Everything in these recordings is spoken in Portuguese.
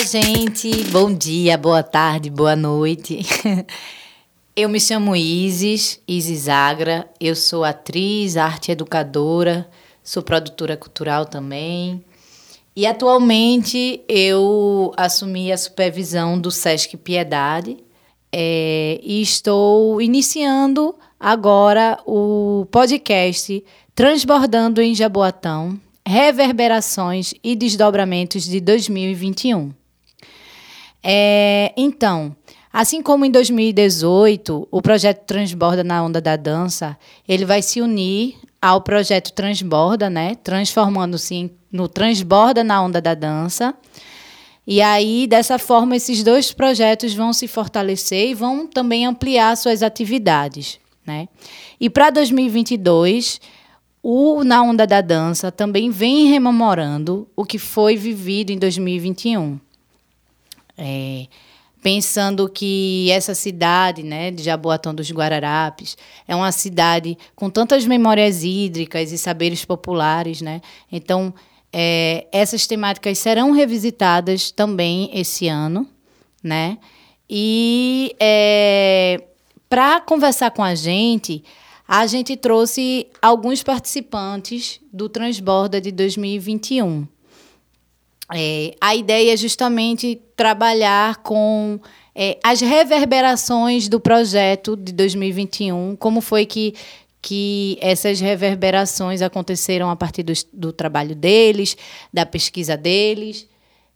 gente! Bom dia, boa tarde, boa noite. Eu me chamo Isis Agra, eu sou atriz, arte educadora, sou produtora cultural também. E atualmente eu assumi a supervisão do Sesc Piedade e estou iniciando agora o podcast Transbordando em Jaboatão, Reverberações e Desdobramentos de 2021. Então, assim como em 2018, o projeto Transborda na Onda da Dança, ele vai se unir ao projeto Transborda, né? Transformando-se no Transborda na Onda da Dança. E aí, dessa forma, esses dois projetos vão se fortalecer e vão também ampliar suas atividades, né? E para 2022... o Na Onda da Dança também vem rememorando o que foi vivido em 2021. Pensando que essa cidade, né, de Jaboatão dos Guararapes é uma cidade com tantas memórias hídricas e saberes populares, né? Então, essas temáticas serão revisitadas também esse ano, né? E para conversar com a gente trouxe alguns participantes do Transborda de 2021. A ideia é justamente trabalhar com as reverberações do projeto de 2021, como foi que essas reverberações aconteceram a partir do trabalho deles, da pesquisa deles.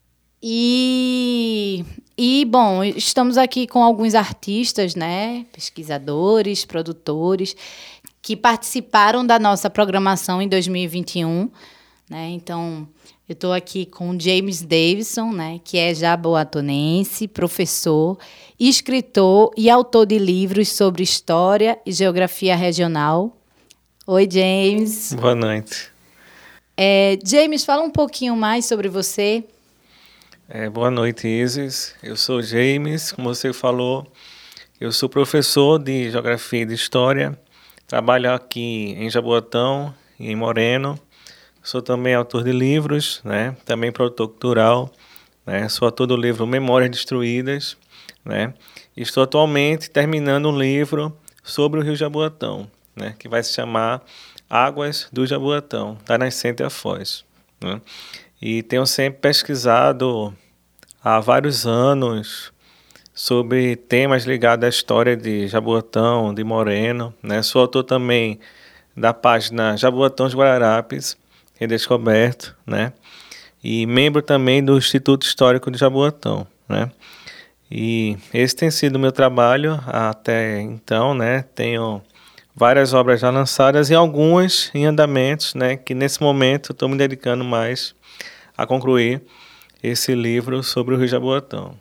Bom, estamos aqui com alguns artistas, né, pesquisadores, produtores, que participaram da nossa programação em 2021. Né? Então, eu estou aqui com o James Davidson, né, que é jaboatonense, professor, escritor e autor de livros sobre história e geografia regional. Oi, James. Boa noite. James, fala um pouquinho mais sobre você. Boa noite, Isis. Eu sou James, como você falou, eu sou professor de Geografia e de História, trabalho aqui em Jaboatão e em Moreno, sou também autor de livros, né? Também produtor cultural, né? Sou autor do livro Memórias Destruídas, né? E estou atualmente terminando um livro sobre o Rio Jaboatão, né? Que vai se chamar Águas do Jaboatão, da Nascente à Foz, né? E tenho sempre pesquisado há vários anos sobre temas ligados à história de Jaboatão, de Moreno, né? Sou autor também da página Jaboatão dos Guararapes, Redescoberto, né? E membro também do Instituto Histórico de Jaboatão, né? E esse tem sido o meu trabalho até então, né? Tenho várias obras já lançadas e algumas em andamentos, né? Que nesse momento estou me dedicando mais a concluir esse livro sobre o Rio Jaboatão.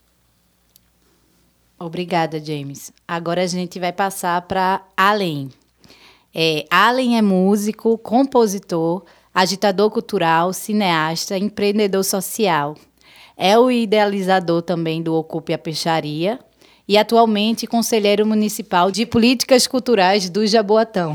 Obrigada, James. Agora a gente vai passar para Allen. Allen é músico, compositor, agitador cultural, cineasta, empreendedor social. É o idealizador também do Ocupe a Peixaria e atualmente conselheiro municipal de políticas culturais do Jaboatão.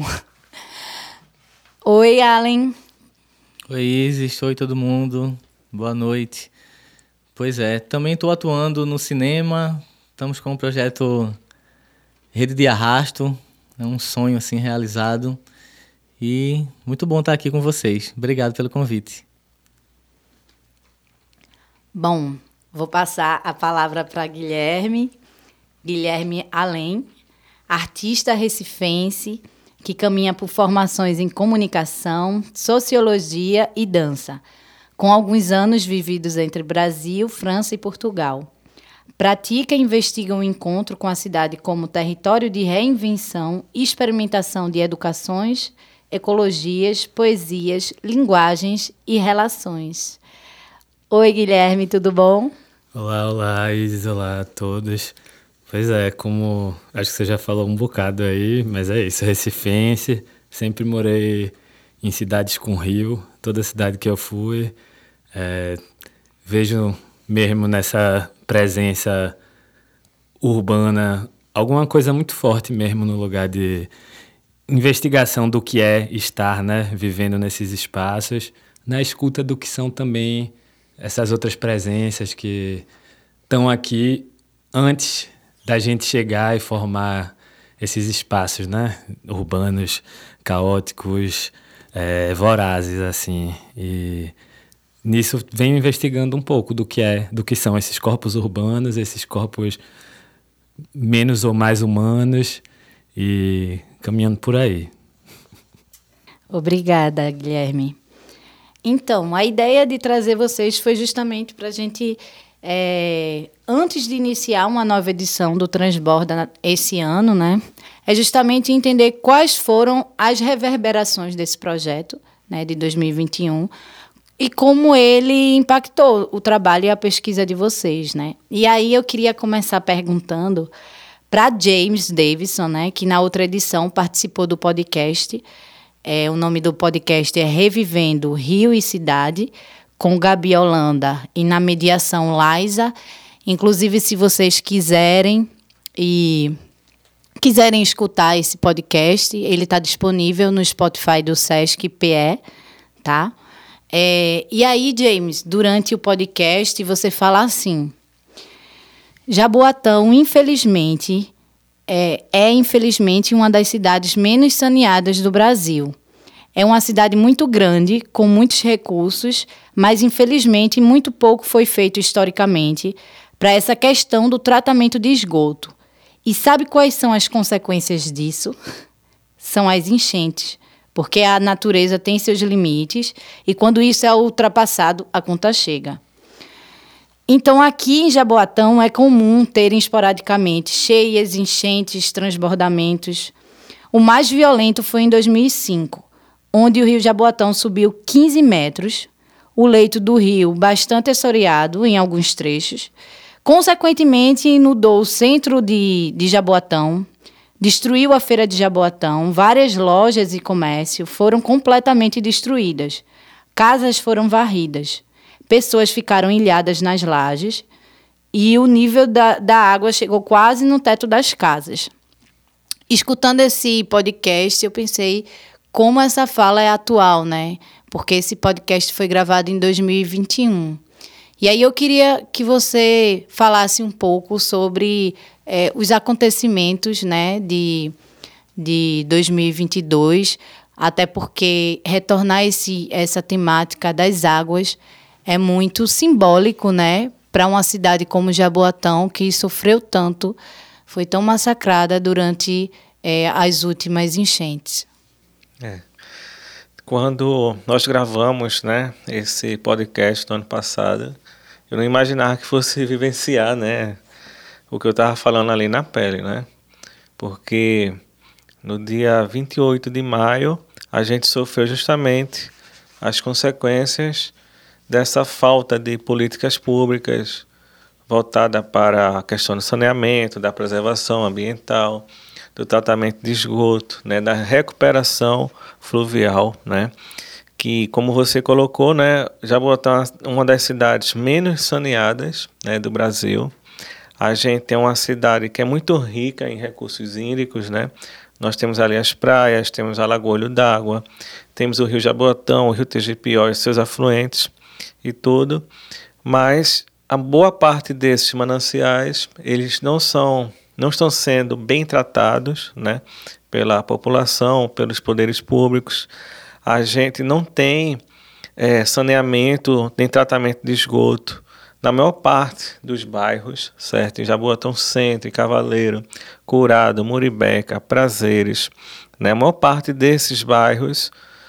Oi, Allen. Oi, Isis. Oi, todo mundo. Boa noite. Pois é, também estou atuando no cinema. Estamos com o projeto Rede de Arrasto. É um sonho assim realizado. E muito bom estar aqui com vocês. Obrigado pelo convite. Bom, vou passar a palavra para Guilherme Allen, artista recifense, que caminha por formações em comunicação, sociologia e dança, com alguns anos vividos entre Brasil, França e Portugal. Pratica e investiga um encontro com a cidade como território de reinvenção e experimentação de educações, ecologias, poesias, linguagens e relações. Oi, Guilherme, tudo bom? Olá, Isis, olá a todos. Pois é, como acho que você já falou um bocado aí, mas é isso, recifense, sempre morei em cidades com rio, toda cidade que eu fui, vejo mesmo nessa presença urbana alguma coisa muito forte mesmo no lugar de investigação do que é estar, né, vivendo nesses espaços, na escuta do que são também essas outras presenças que estão aqui antes da gente chegar e formar esses espaços, né, urbanos, caóticos, vorazes, assim. E nisso venho investigando um pouco do que são esses corpos urbanos, esses corpos menos ou mais humanos, e caminhando por aí. Obrigada, Guilherme. Então, a ideia de trazer vocês foi justamente para a gente, antes de iniciar uma nova edição do Transborda esse ano, né, é justamente entender quais foram as reverberações desse projeto, né, de 2021, e como ele impactou o trabalho e a pesquisa de vocês, né? E aí eu queria começar perguntando para James Davison, né, que na outra edição participou do podcast. O nome do podcast é Revivendo Rio e Cidade, com Gabi Holanda e na mediação Liza. Inclusive, se vocês quiserem escutar esse podcast, ele está disponível no Spotify do Sesc PE, tá? E aí, James, durante o podcast, você fala assim: Jaboatão, infelizmente, infelizmente uma das cidades menos saneadas do Brasil. É uma cidade muito grande, com muitos recursos, mas, infelizmente, muito pouco foi feito historicamente para essa questão do tratamento de esgoto. E sabe quais são as consequências disso? São as enchentes, porque a natureza tem seus limites e, quando isso é ultrapassado, a conta chega. Então, aqui em Jaboatão é comum terem esporadicamente cheias, enchentes, transbordamentos. O mais violento foi em 2005, onde o rio Jaboatão subiu 15 metros, o leito do rio bastante assoreado em alguns trechos. Consequentemente, inundou o centro de Jaboatão, destruiu a feira de Jaboatão, várias lojas e comércio foram completamente destruídas, casas foram varridas. Pessoas ficaram ilhadas nas lajes e o nível da água chegou quase no teto das casas. Escutando esse podcast, eu pensei como essa fala é atual, né? Porque esse podcast foi gravado em 2021. E aí eu queria que você falasse um pouco sobre os acontecimentos, né, de 2022, até porque retornar essa temática das águas é muito simbólico, né, para uma cidade como Jaboatão, que sofreu tanto, foi tão massacrada durante as últimas enchentes. Quando nós gravamos, né, esse podcast no ano passado, eu não imaginava que fosse vivenciar, né, o que eu estava falando ali na pele, né, porque no dia 28 de maio a gente sofreu justamente as consequências dessa falta de políticas públicas voltada para a questão do saneamento, da preservação ambiental, do tratamento de esgoto, né, da recuperação fluvial, né, que, como você colocou, né, Jaboatão é uma das cidades menos saneadas, né, do Brasil. A gente é uma cidade que é muito rica em recursos hídricos, né. Nós temos ali as praias, temos a Lagoa Olho d'Água, temos o Rio Jaboatão, o Rio Tegipió e seus afluentes e tudo, mas a boa parte desses mananciais, eles não estão sendo bem tratados, né, pela população, pelos poderes públicos. A gente não tem saneamento, nem tratamento de esgoto na maior parte dos bairros, certo? Em Jaboatão Centro, Cavaleiro, Curado, Muribeca, Prazeres, né? A maior parte desses bairros,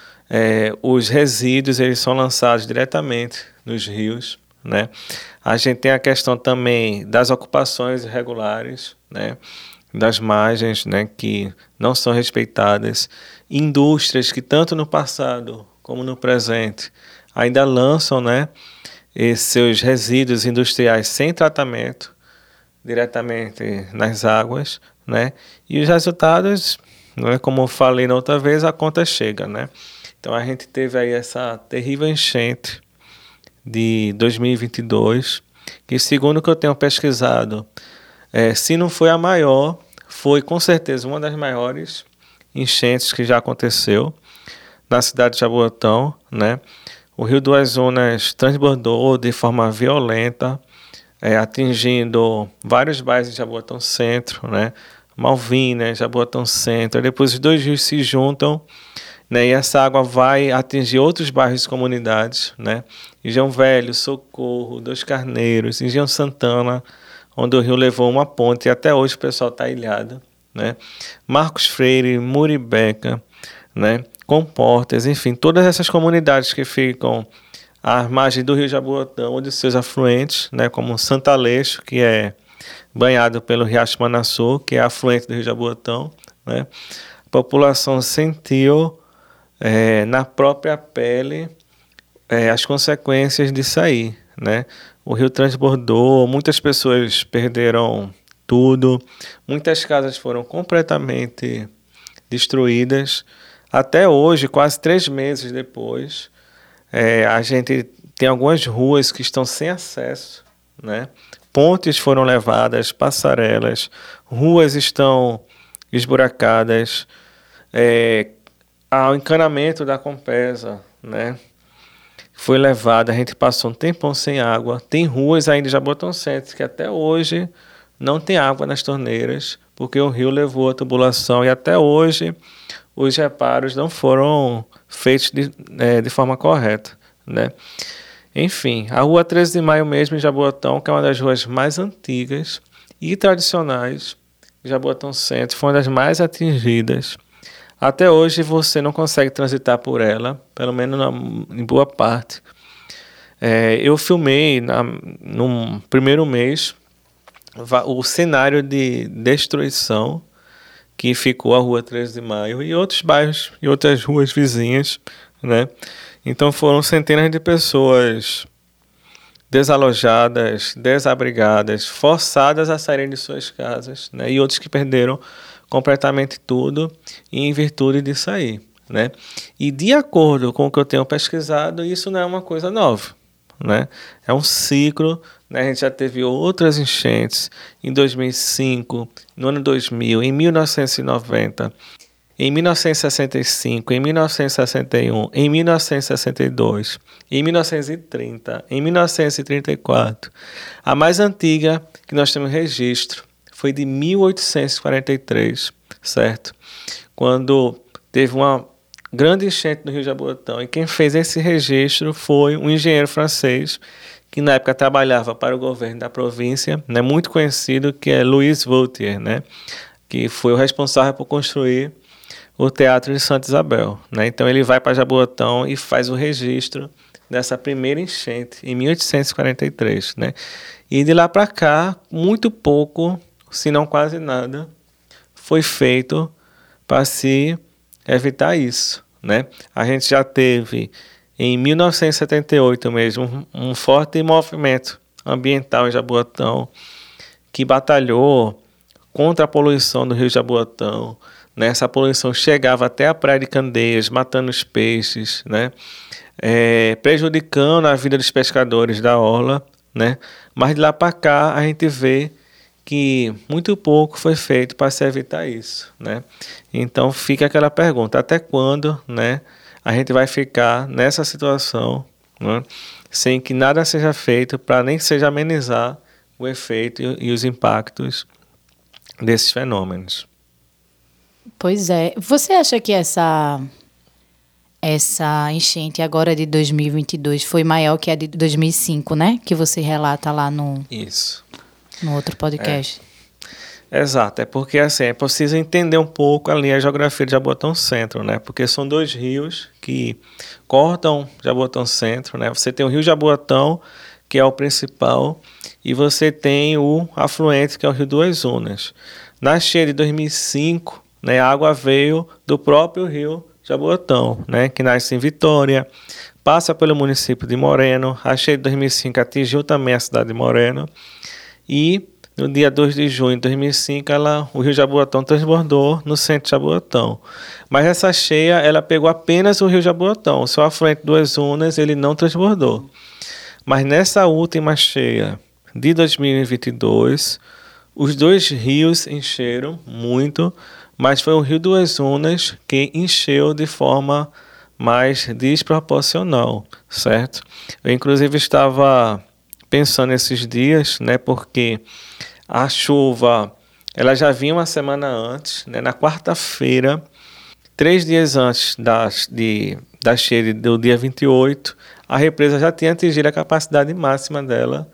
os resíduos eles são lançados diretamente nos rios, né? A gente tem a questão também das ocupações irregulares, né, das margens, né, que não são respeitadas, indústrias que tanto no passado como no presente ainda lançam, né, esses seus resíduos industriais sem tratamento diretamente nas águas, né, e os resultados, né, como eu falei na outra vez, a conta chega, né. Então a gente teve aí essa terrível enchente de 2022, que, segundo o que eu tenho pesquisado, se não foi a maior, foi com certeza uma das maiores enchentes que já aconteceu na cidade de Jaboatão, né? o Rio Duas Unas transbordou de forma violenta, atingindo vários bairros de Jaboatão Centro, né? Malvinas, Jaboatão Centro. Depois os dois rios se juntam, né? E essa água vai atingir outros bairros e comunidades, né? Engenho Velho, Socorro, Dois Carneiros, Engenho Santana, onde o rio levou uma ponte e até hoje o pessoal está ilhado, né? Marcos Freire, Muribeca, né? Comportas, enfim, todas essas comunidades que ficam à margem do rio Jaboatão ou de seus afluentes, né? Como Santo Aleixo, que é banhado pelo Riacho Manaçu, que é afluente do rio Jaboatão, né? A população sentiu na própria pele as consequências disso aí, né? O rio transbordou, muitas pessoas perderam tudo, muitas casas foram completamente destruídas. Até hoje, quase 3 meses depois, a gente tem algumas ruas que estão sem acesso, né? Pontes foram levadas, passarelas, ruas estão esburacadas, ao encanamento da Compesa, né? Foi levado, a gente passou um tempão sem água. Tem ruas ainda de Jaboatão Centro que até hoje não tem água nas torneiras, porque o rio levou a tubulação e até hoje os reparos não foram feitos de forma correta, né? Enfim, a rua 13 de Maio mesmo em Jaboatão, que é uma das ruas mais antigas e tradicionais de Jaboatão Centro, foi uma das mais atingidas. Até hoje você não consegue transitar por ela, pelo menos em boa parte. Eu filmei no primeiro mês o cenário de destruição que ficou a rua 13 de Maio e outros bairros e outras ruas vizinhas, né? Então foram centenas de pessoas desalojadas, desabrigadas, forçadas a saírem de suas casas, né? E outros que perderam completamente tudo e em virtude disso aí, né? E de acordo com o que eu tenho pesquisado, isso não é uma coisa nova, né? É um ciclo, né? A gente já teve outras enchentes em 2005, no ano 2000, em 1990, em 1965, em 1961, em 1962, em 1930, em 1934. A mais antiga que nós temos registro foi de 1843, certo? Quando teve uma grande enchente no Rio Jaboatão. E quem fez esse registro foi um engenheiro francês, que na época trabalhava para o governo da província, né, muito conhecido, que é Louis Vautier, né, que foi o responsável por construir o Teatro de Santa Isabel, né? Então ele vai para Jaboatão e faz o registro dessa primeira enchente em 1843, né? E de lá para cá, muito pouco, se não quase nada, foi feito para se evitar isso, né? A gente já teve em 1978 mesmo um forte movimento ambiental em Jaboatão que batalhou contra a poluição do Rio Jaboatão. Essa poluição chegava até a Praia de Candeias, matando os peixes, né? Prejudicando a vida dos pescadores da orla, né? Mas de lá para cá a gente vê que muito pouco foi feito para se evitar isso, né? Então fica aquela pergunta, até quando, né, a gente vai ficar nessa situação, né, sem que nada seja feito para nem que seja amenizar o efeito e os impactos desses fenômenos. Pois é. Você acha que essa enchente agora de 2022 foi maior que a de 2005, né? Que você relata lá no outro podcast. Exato. É porque assim, é preciso entender um pouco ali a geografia de Jaboatão Centro, né? Porque são 2 rios que cortam Jaboatão Centro, né? Você tem o Rio Jaboatão, que é o principal, e você tem o afluente, que é o Rio Duas Unas. Na cheia de 2005, né, a água veio do próprio rio Jaboatão, né, que nasce em Vitória, passa pelo município de Moreno. A cheia de 2005 atingiu também a cidade de Moreno e no dia 2 de junho de 2005 o rio Jaboatão transbordou no centro de Jaboatão. Mas essa cheia ela pegou apenas o rio Jaboatão, o seu afluente Duas Unas ele não transbordou. Mas nessa última cheia de 2022, os 2 rios encheram muito, mas foi o Rio Duas Unas que encheu de forma mas desproporcional, certo? Eu, inclusive, estava pensando esses dias, né, porque a chuva ela já vinha uma semana antes, né, na quarta-feira, 3 dias antes da cheia do dia 28, a represa já tinha atingido a capacidade máxima dela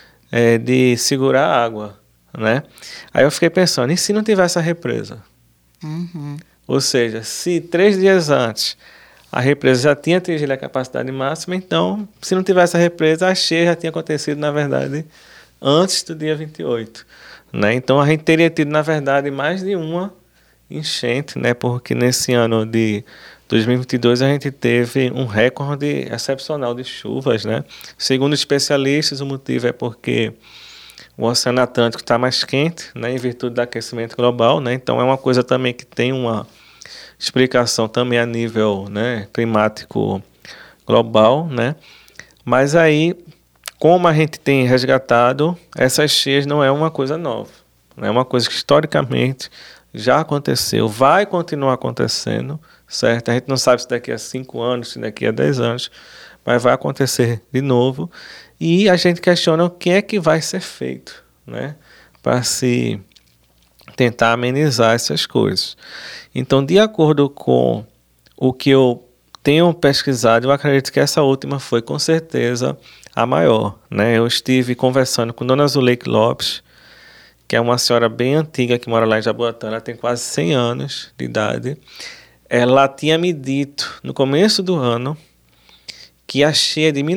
de segurar a água, né? Aí eu fiquei pensando, e se não tivesse a represa? Uhum. Ou seja, se 3 dias antes a represa já tinha atingido a capacidade máxima, então, se não tivesse a represa, a cheia já tinha acontecido, na verdade, antes do dia 28. Né? Então, a gente teria tido, na verdade, mais de uma enchente, né? Porque nesse ano de 2022 a gente teve um recorde excepcional de chuvas. Né? Segundo especialistas, o motivo é porque o Oceano Atlântico está mais quente, né, em virtude do aquecimento global, né? Então é uma coisa também que tem uma explicação também a nível, né, climático global, né? Mas aí, como a gente tem resgatado, essas cheias não é uma coisa nova, é uma coisa que historicamente já aconteceu, vai continuar acontecendo, certo? A gente não sabe se daqui a 5 anos, se daqui a 10 anos, mas vai acontecer de novo. E a gente questiona o que é que vai ser feito, né, para se tentar amenizar essas coisas. Então, de acordo com o que eu tenho pesquisado, eu acredito que essa última foi com certeza a maior. Né? Eu estive conversando com Dona Zuleike Lopes, que é uma senhora bem antiga que mora lá em Jaboatão, ela tem quase 100 anos de idade. Ela tinha me dito, no começo do ano, que a cheia de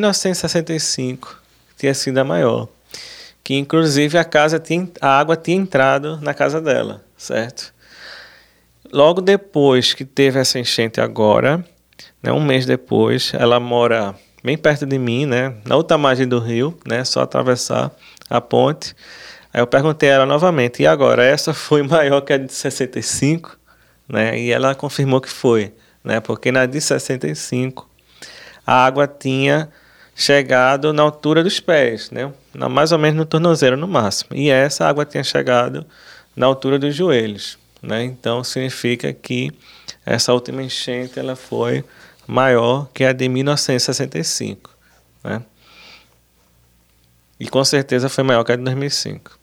1965 tinha sido a maior. Que inclusive a água tinha entrado na casa dela, certo? Logo depois que teve essa enchente agora, né, um mês depois, ela mora bem perto de mim, né, na outra margem do rio, né, só atravessar a ponte. Aí eu perguntei a ela novamente, e agora, essa foi maior que a de 65? Né, e ela confirmou que foi, né, porque na de 65 a água tinha chegado na altura dos pés, né? Mais ou menos no tornozelo no máximo. E essa água tinha chegado na altura dos joelhos, né? Então significa que essa última enchente ela foi maior que a de 1965, né? E com certeza foi maior que a de 2005.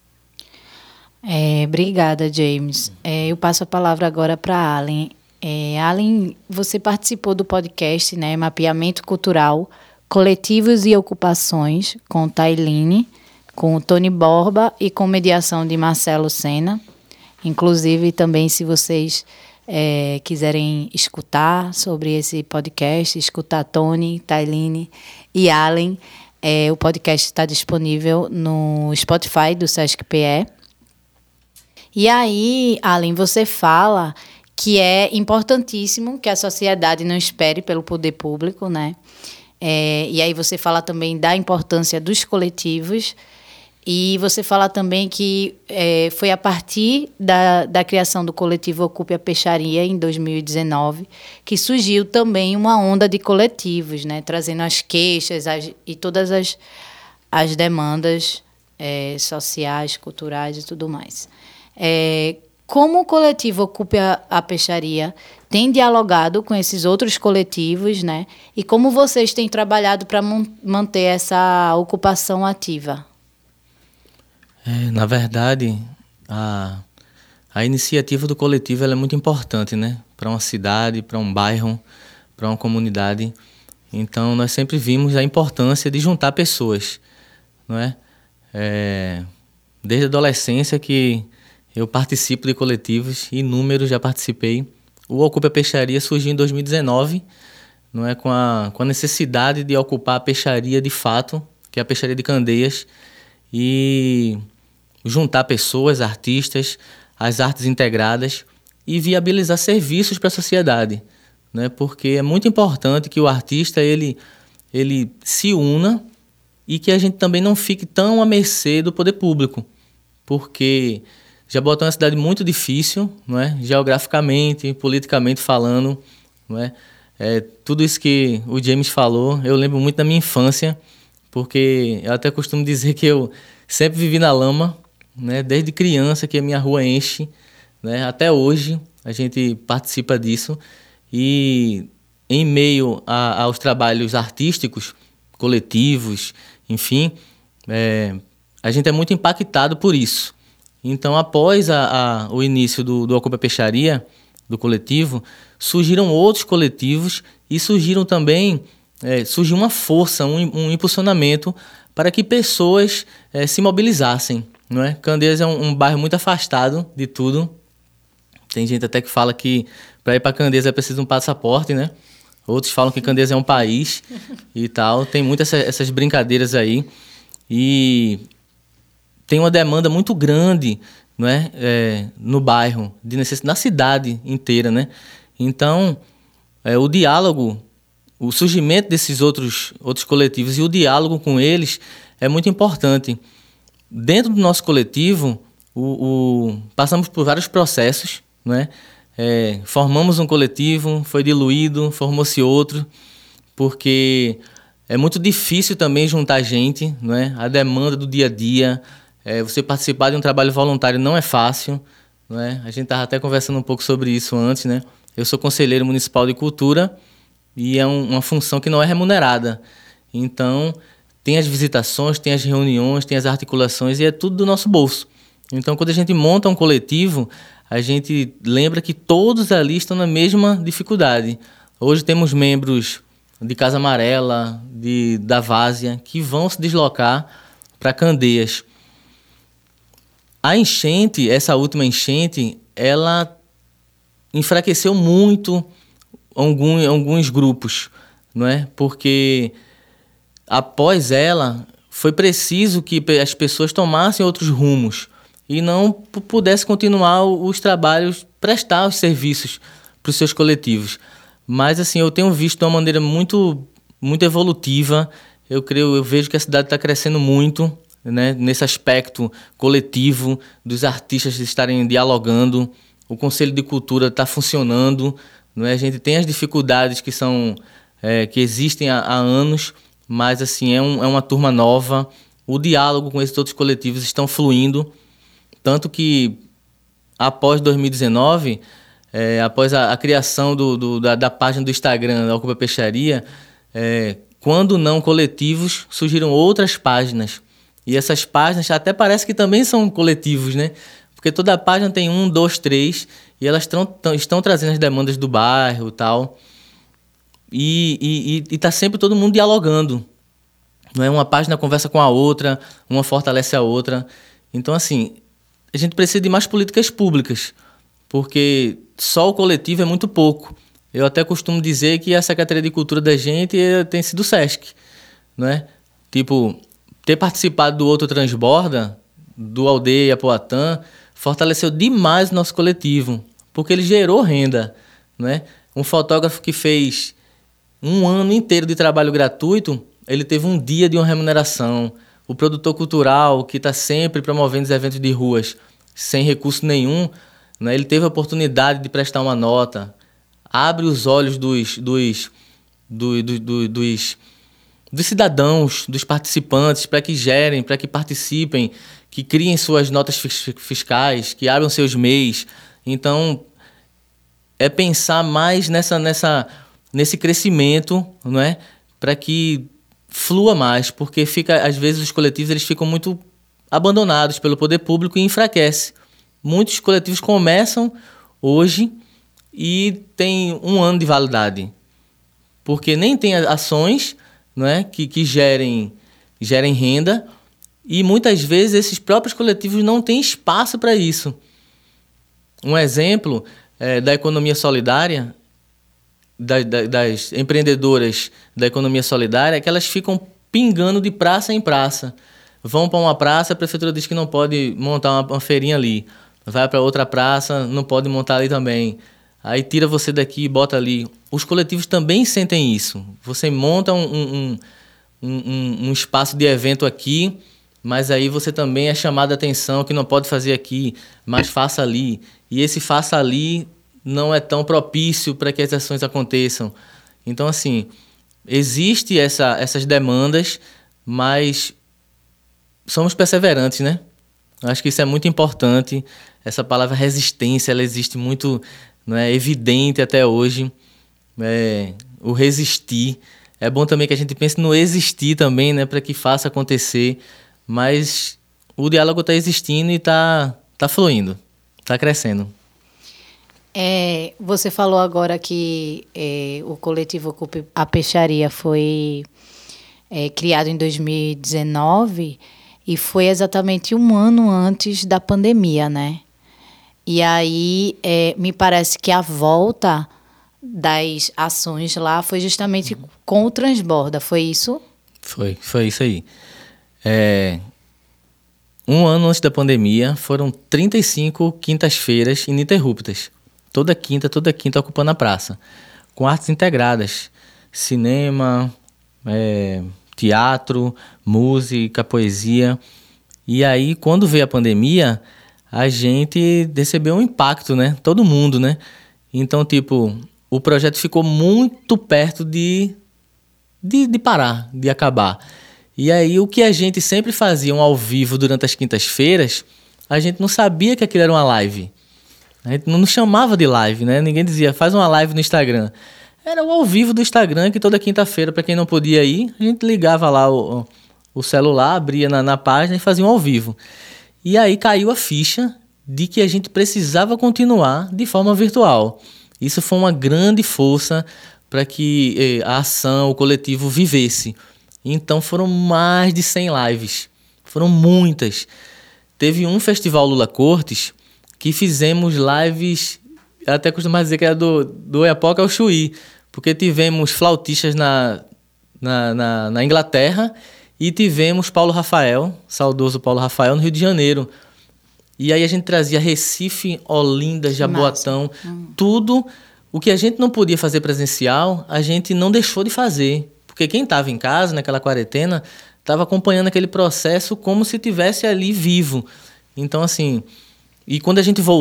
Obrigada, James. Eu passo a palavra agora para a Allen. Allen, você participou do podcast, né, Mapeamento Cultural, Coletivos e Ocupações, com Tailine, com o Tony Borba e com mediação de Marcelo Sena. Inclusive, também, se vocês quiserem escutar sobre esse podcast, escutar Tony, Tailine e Allen, o podcast está disponível no Spotify do Sesc PE. E aí, Allen, você fala que é importantíssimo que a sociedade não espere pelo poder público, né? E aí você fala também da importância dos coletivos e você fala também que foi a partir da criação do coletivo Ocupe a Peixaria, em 2019, que surgiu também uma onda de coletivos, né? Trazendo as queixas e todas as demandas sociais, culturais e tudo mais. Como o coletivo Ocupe a Peixaria tem dialogado com esses outros coletivos, né? E como vocês têm trabalhado para manter essa ocupação ativa? Na verdade, a iniciativa do coletivo ela é muito importante, né? Para uma cidade, para um bairro, para uma comunidade. Então, nós sempre vimos a importância de juntar pessoas, não é? Desde a adolescência que eu participo de coletivos, inúmeros já participei. O Ocupa a Peixaria surgiu em 2019, não é? Com a necessidade de ocupar a peixaria de fato, que é a peixaria de Candeias, e juntar pessoas, artistas, as artes integradas e viabilizar serviços para a sociedade, né? Porque é muito importante que o artista ele se una e que a gente também não fique tão à mercê do poder público, porque Jaboatão é uma cidade muito difícil, não é? Geograficamente, politicamente falando, não é? Tudo isso que o James falou, eu lembro muito da minha infância, porque eu até costumo dizer que eu sempre vivi na lama, né? Desde criança que a minha rua enche, né? Até hoje a gente participa disso e em meio aos trabalhos artísticos, coletivos, enfim, a gente é muito impactado por isso. Então, após o início do Ocupa Peixaria, do coletivo, surgiram outros coletivos e surgiu uma força, um impulsionamento para que pessoas se mobilizassem, não é? Candeias é um bairro muito afastado de tudo. Tem gente até que fala que para ir para Candeias é preciso um passaporte, né? Outros falam que Candeias é um país e tal. Tem muitas essas brincadeiras aí. E tem uma demanda muito grande, não é? No bairro, na cidade inteira, né? Então, o diálogo, o surgimento desses outros coletivos e o diálogo com eles é muito importante. Dentro do nosso coletivo, passamos por vários processos, não é? Formamos um coletivo, foi diluído, formou-se outro, porque é muito difícil também juntar gente, não é? A demanda do dia a dia, você participar de um trabalho voluntário não é fácil, não é? A gente estava até conversando um pouco sobre isso antes, né? Eu sou conselheiro municipal de cultura e é uma função que não é remunerada. Então, tem as visitações, tem as reuniões, tem as articulações e é tudo do nosso bolso. Então, quando a gente monta um coletivo, a gente lembra que todos ali estão na mesma dificuldade. Hoje temos membros de Casa Amarela, da Várzea, que vão se deslocar para Candeias. A enchente, essa última enchente, ela enfraqueceu muito alguns grupos, não é? Porque após ela, foi preciso que as pessoas tomassem outros rumos e não pudessem continuar os trabalhos, prestar os serviços para os seus coletivos. Mas, assim, eu tenho visto de uma maneira muito, muito evolutiva. Eu vejo que a cidade está crescendo muito, né, nesse aspecto coletivo, dos artistas estarem dialogando. O Conselho de Cultura está funcionando, não é? A gente tem as dificuldades que existem há anos, mas, assim, é uma turma nova. O diálogo com esses outros coletivos estão fluindo, tanto que após 2019, após a criação da página do Instagram da Ocupa Peixaria, quando não coletivos, surgiram outras páginas. E essas páginas até parece que também são coletivos, né? Porque toda página tem 1, 2, 3, e elas estão trazendo as demandas do bairro e tal. E está sempre todo mundo dialogando. Não é? Uma página conversa com a outra, uma fortalece a outra. Então, assim, a gente precisa de mais políticas públicas, porque só o coletivo é muito pouco. Eu até costumo dizer que a Secretaria de Cultura da gente tem sido o SESC, não é? Tipo, ter participado do Outro Transborda, do Aldeia Poatã, fortaleceu demais o nosso coletivo, porque ele gerou renda, não é? Um fotógrafo que fez um ano inteiro de trabalho gratuito, ele teve um dia de uma remuneração. O produtor cultural, que está sempre promovendo os eventos de ruas sem recurso nenhum, né, ele teve a oportunidade de prestar uma nota. Abre os olhos dos cidadãos, dos participantes, para que gerem, para que participem, que criem suas notas fiscais, que abram seus MEIs. Então, é pensar mais nesse crescimento, não é? Para que flua mais, porque às vezes os coletivos eles ficam muito abandonados pelo poder público e enfraquece. Muitos coletivos começam hoje e tem 1 ano de validade, porque nem tem ações, não é, que gerem renda, e muitas vezes esses próprios coletivos não têm espaço para isso. Um exemplo da economia solidária, das empreendedoras da economia solidária, é que elas ficam pingando de praça em praça. Vão para uma praça, a prefeitura diz que não pode montar uma feirinha ali. Vai para outra praça, não pode montar ali também. Aí tira você daqui e bota ali. Os coletivos também sentem isso. Você monta um espaço de evento aqui, mas aí você também é chamado a atenção que não pode fazer aqui, mas faça ali. E esse faça ali não é tão propício para que as ações aconteçam. Então, assim, existe essas demandas, mas somos perseverantes, né? Eu acho que isso é muito importante. Essa palavra resistência, ela existe muito, não é, evidente até hoje. o resistir. É bom também que a gente pense no existir também, né? Para que faça acontecer. Mas o diálogo está existindo e tá fluindo, está crescendo. Você falou agora que o coletivo Ocupe a Peixaria foi criado em 2019 e foi exatamente um ano antes da pandemia, né? E aí me parece que a volta das ações lá foi justamente com o Transborda, foi isso? Foi isso aí. Um ano antes da pandemia, foram 35 quintas-feiras ininterruptas. Toda quinta ocupando a praça. Com artes integradas. Cinema, teatro, música, poesia. E aí, quando veio a pandemia, a gente recebeu um impacto, né? Todo mundo, né? Então, o projeto ficou muito perto de parar, de acabar. E aí, o que a gente sempre fazia ao vivo durante as quintas-feiras, a gente não sabia que aquilo era uma live. A gente não chamava de live, né? Ninguém dizia, faz uma live no Instagram. Era o ao vivo do Instagram, que toda quinta-feira, para quem não podia ir, a gente ligava lá o celular, abria na página e fazia um ao vivo. E aí caiu a ficha de que a gente precisava continuar de forma virtual. Isso foi uma grande força para que a ação, o coletivo vivesse. Então foram mais de 100 lives, foram muitas. Teve um festival Lula Cortes que fizemos lives, eu até costumo dizer que era do Oiapoque ao Chuí, porque tivemos flautistas na Inglaterra e tivemos Paulo Rafael, saudoso Paulo Rafael, no Rio de Janeiro. E aí a gente trazia Recife, Olinda, Jaboatão, tudo o que a gente não podia fazer presencial, a gente não deixou de fazer. Porque quem estava em casa, naquela quarentena, estava acompanhando aquele processo como se estivesse ali vivo. Então, assim, e quando a gente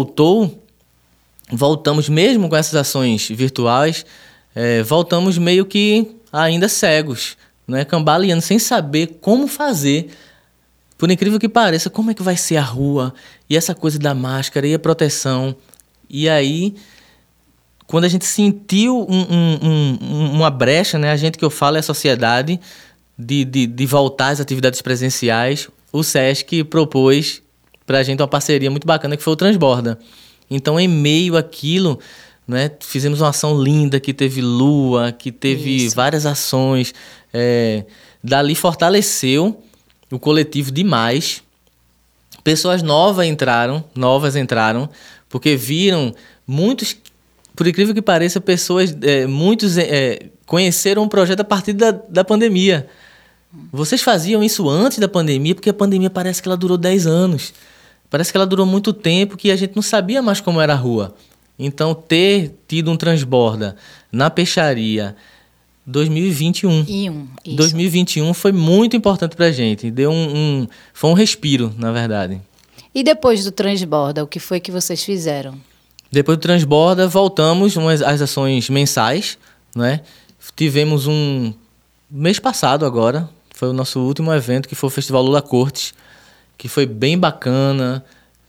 voltamos mesmo com essas ações virtuais, voltamos meio que ainda cegos, né? Cambaleando, sem saber como fazer. Por incrível que pareça, como é que vai ser a rua? E essa coisa da máscara e a proteção. E aí, quando a gente sentiu uma brecha, né? A gente que eu falo é a sociedade, de voltar às atividades presenciais, o SESC propôs para a gente uma parceria muito bacana, que foi o Transborda. Então, em meio àquilo, né, fizemos uma ação linda, que teve lua, que teve várias ações. Dali fortaleceu o coletivo demais. Pessoas novas entraram, porque viram muitos... Por incrível que pareça, muitos conheceram o projeto a partir da pandemia. Vocês faziam isso antes da pandemia, porque a pandemia parece que ela durou 10 anos. Parece que ela durou muito tempo, que a gente não sabia mais como era a rua. Então, ter tido um Transborda na Peixaria 2021. 2021 foi muito importante pra gente. Foi um respiro, na verdade. E depois do Transborda, o que foi que vocês fizeram? Depois do Transborda, voltamos às ações mensais, né? Tivemos mês passado agora, foi o nosso último evento, que foi o Festival Lula Cortes, que foi bem bacana.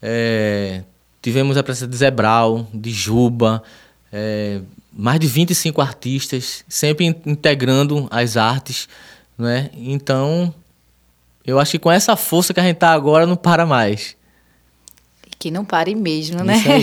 Tivemos a presença de Zé Brau, de Juba, mais de 25 artistas, sempre integrando as artes, né? Então, eu acho que com essa força que a gente está agora, não para mais. Que não pare mesmo, né? Isso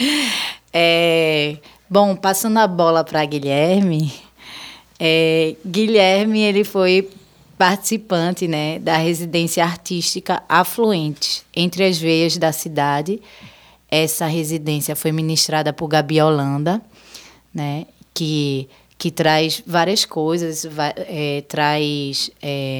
aí. Bom, passando a bola para Guilherme. Guilherme, ele foi participante, né, da residência artística Afluentes, Entre as Veias da Cidade. Essa residência foi ministrada por Gabi Holanda, né, que traz várias coisas, traz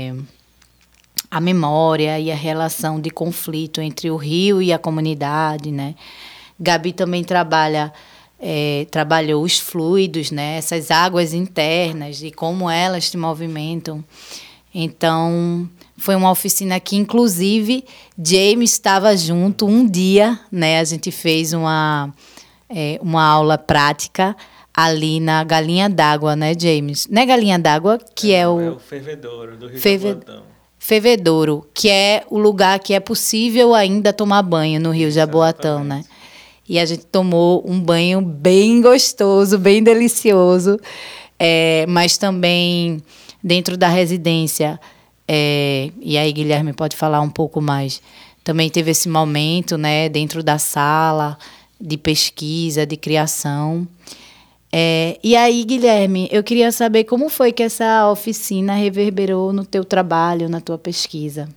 a memória e a relação de conflito entre o rio e a comunidade, né? Gabi também trabalhou os fluidos, né? Essas águas internas e como elas se movimentam. Então, foi uma oficina que, inclusive, James estava junto um dia, né? A gente fez uma aula prática ali na Galinha d'Água, né, James? Não é Galinha d'Água, que é o Fervedouro do Rio de Jaboatão. Fervedouro, que é o lugar que é possível ainda tomar banho no Rio Jaboatão, né? E a gente tomou um banho bem gostoso, bem delicioso. mas também dentro da residência, e aí Guilherme pode falar um pouco mais, também teve esse momento, né, dentro da sala de pesquisa, de criação. E aí, Guilherme, eu queria saber como foi que essa oficina reverberou no teu trabalho, na tua pesquisa.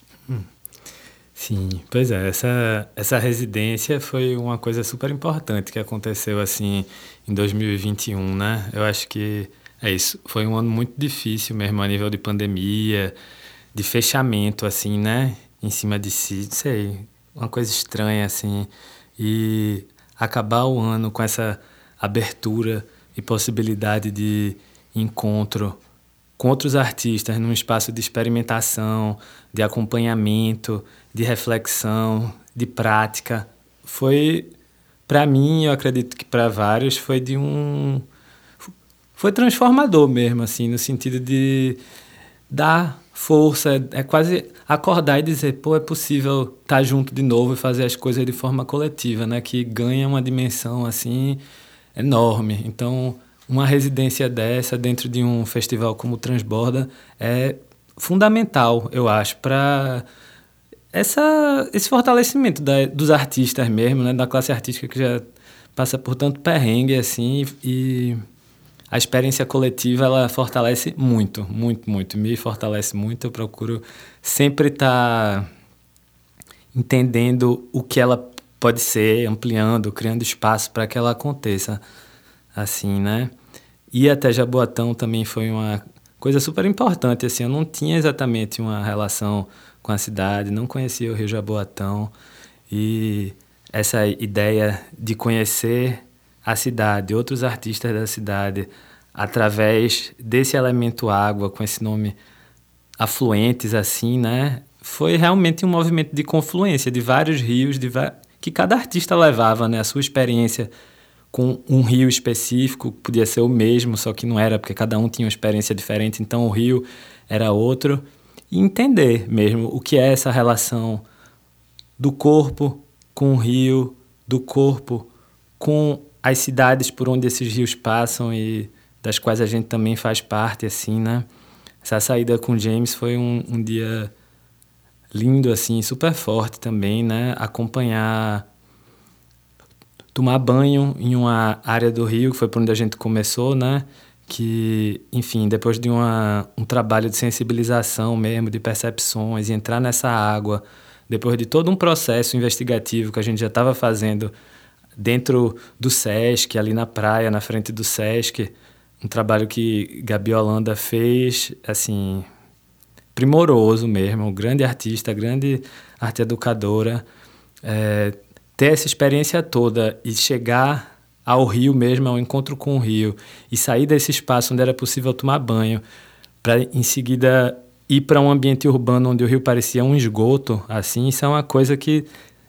Sim, pois é, essa residência foi uma coisa super importante que aconteceu assim em 2021, né? Eu acho que é isso, foi um ano muito difícil mesmo a nível de pandemia, de fechamento assim, né? Em cima de si, não sei, uma coisa estranha assim, e acabar o ano com essa abertura e possibilidade de encontro com outros artistas num espaço de experimentação, de acompanhamento, de reflexão, de prática, foi, para mim, eu acredito que para vários, foi transformador mesmo, assim, no sentido de dar força, é quase acordar e dizer, pô, é possível estar junto de novo e fazer as coisas de forma coletiva, né, que ganha uma dimensão, assim, enorme. Então, uma residência dessa dentro de um festival como o Transborda é fundamental, eu acho, para esse fortalecimento dos artistas mesmo, né, da classe artística que já passa por tanto perrengue assim, e a experiência coletiva ela fortalece muito, muito, muito, me fortalece muito. Eu procuro sempre estar entendendo o que ela pode ser, ampliando, criando espaço para que ela aconteça, assim, né? Ir até Jaboatão também foi uma coisa super importante, assim, eu não tinha exatamente uma relação com a cidade, não conhecia o Rio Jaboatão, e essa ideia de conhecer a cidade, outros artistas da cidade, através desse elemento água, com esse nome afluentes, assim, né? Foi realmente um movimento de confluência de vários rios, que cada artista levava, né? A sua experiência com um rio específico, podia ser o mesmo, só que não era, porque cada um tinha uma experiência diferente, então o rio era outro. E entender mesmo o que é essa relação do corpo com o rio, do corpo com as cidades por onde esses rios passam e das quais a gente também faz parte, assim, né? Essa saída com o James foi um dia lindo, assim, super forte também, né? Tomar banho em uma área do rio, que foi por onde a gente começou, né? Que, enfim, depois de um trabalho de sensibilização mesmo, de percepções, e entrar nessa água, depois de todo um processo investigativo que a gente já estava fazendo dentro do Sesc, ali na praia, na frente do Sesc, um trabalho que Gabi Holanda fez, assim, primoroso mesmo, grande artista, grande arte educadora, ter essa experiência toda e chegar ao rio mesmo, ao encontro com o rio, e sair desse espaço onde era possível tomar banho, para em seguida ir para um ambiente urbano onde o rio parecia um esgoto, assim, isso é uma coisa que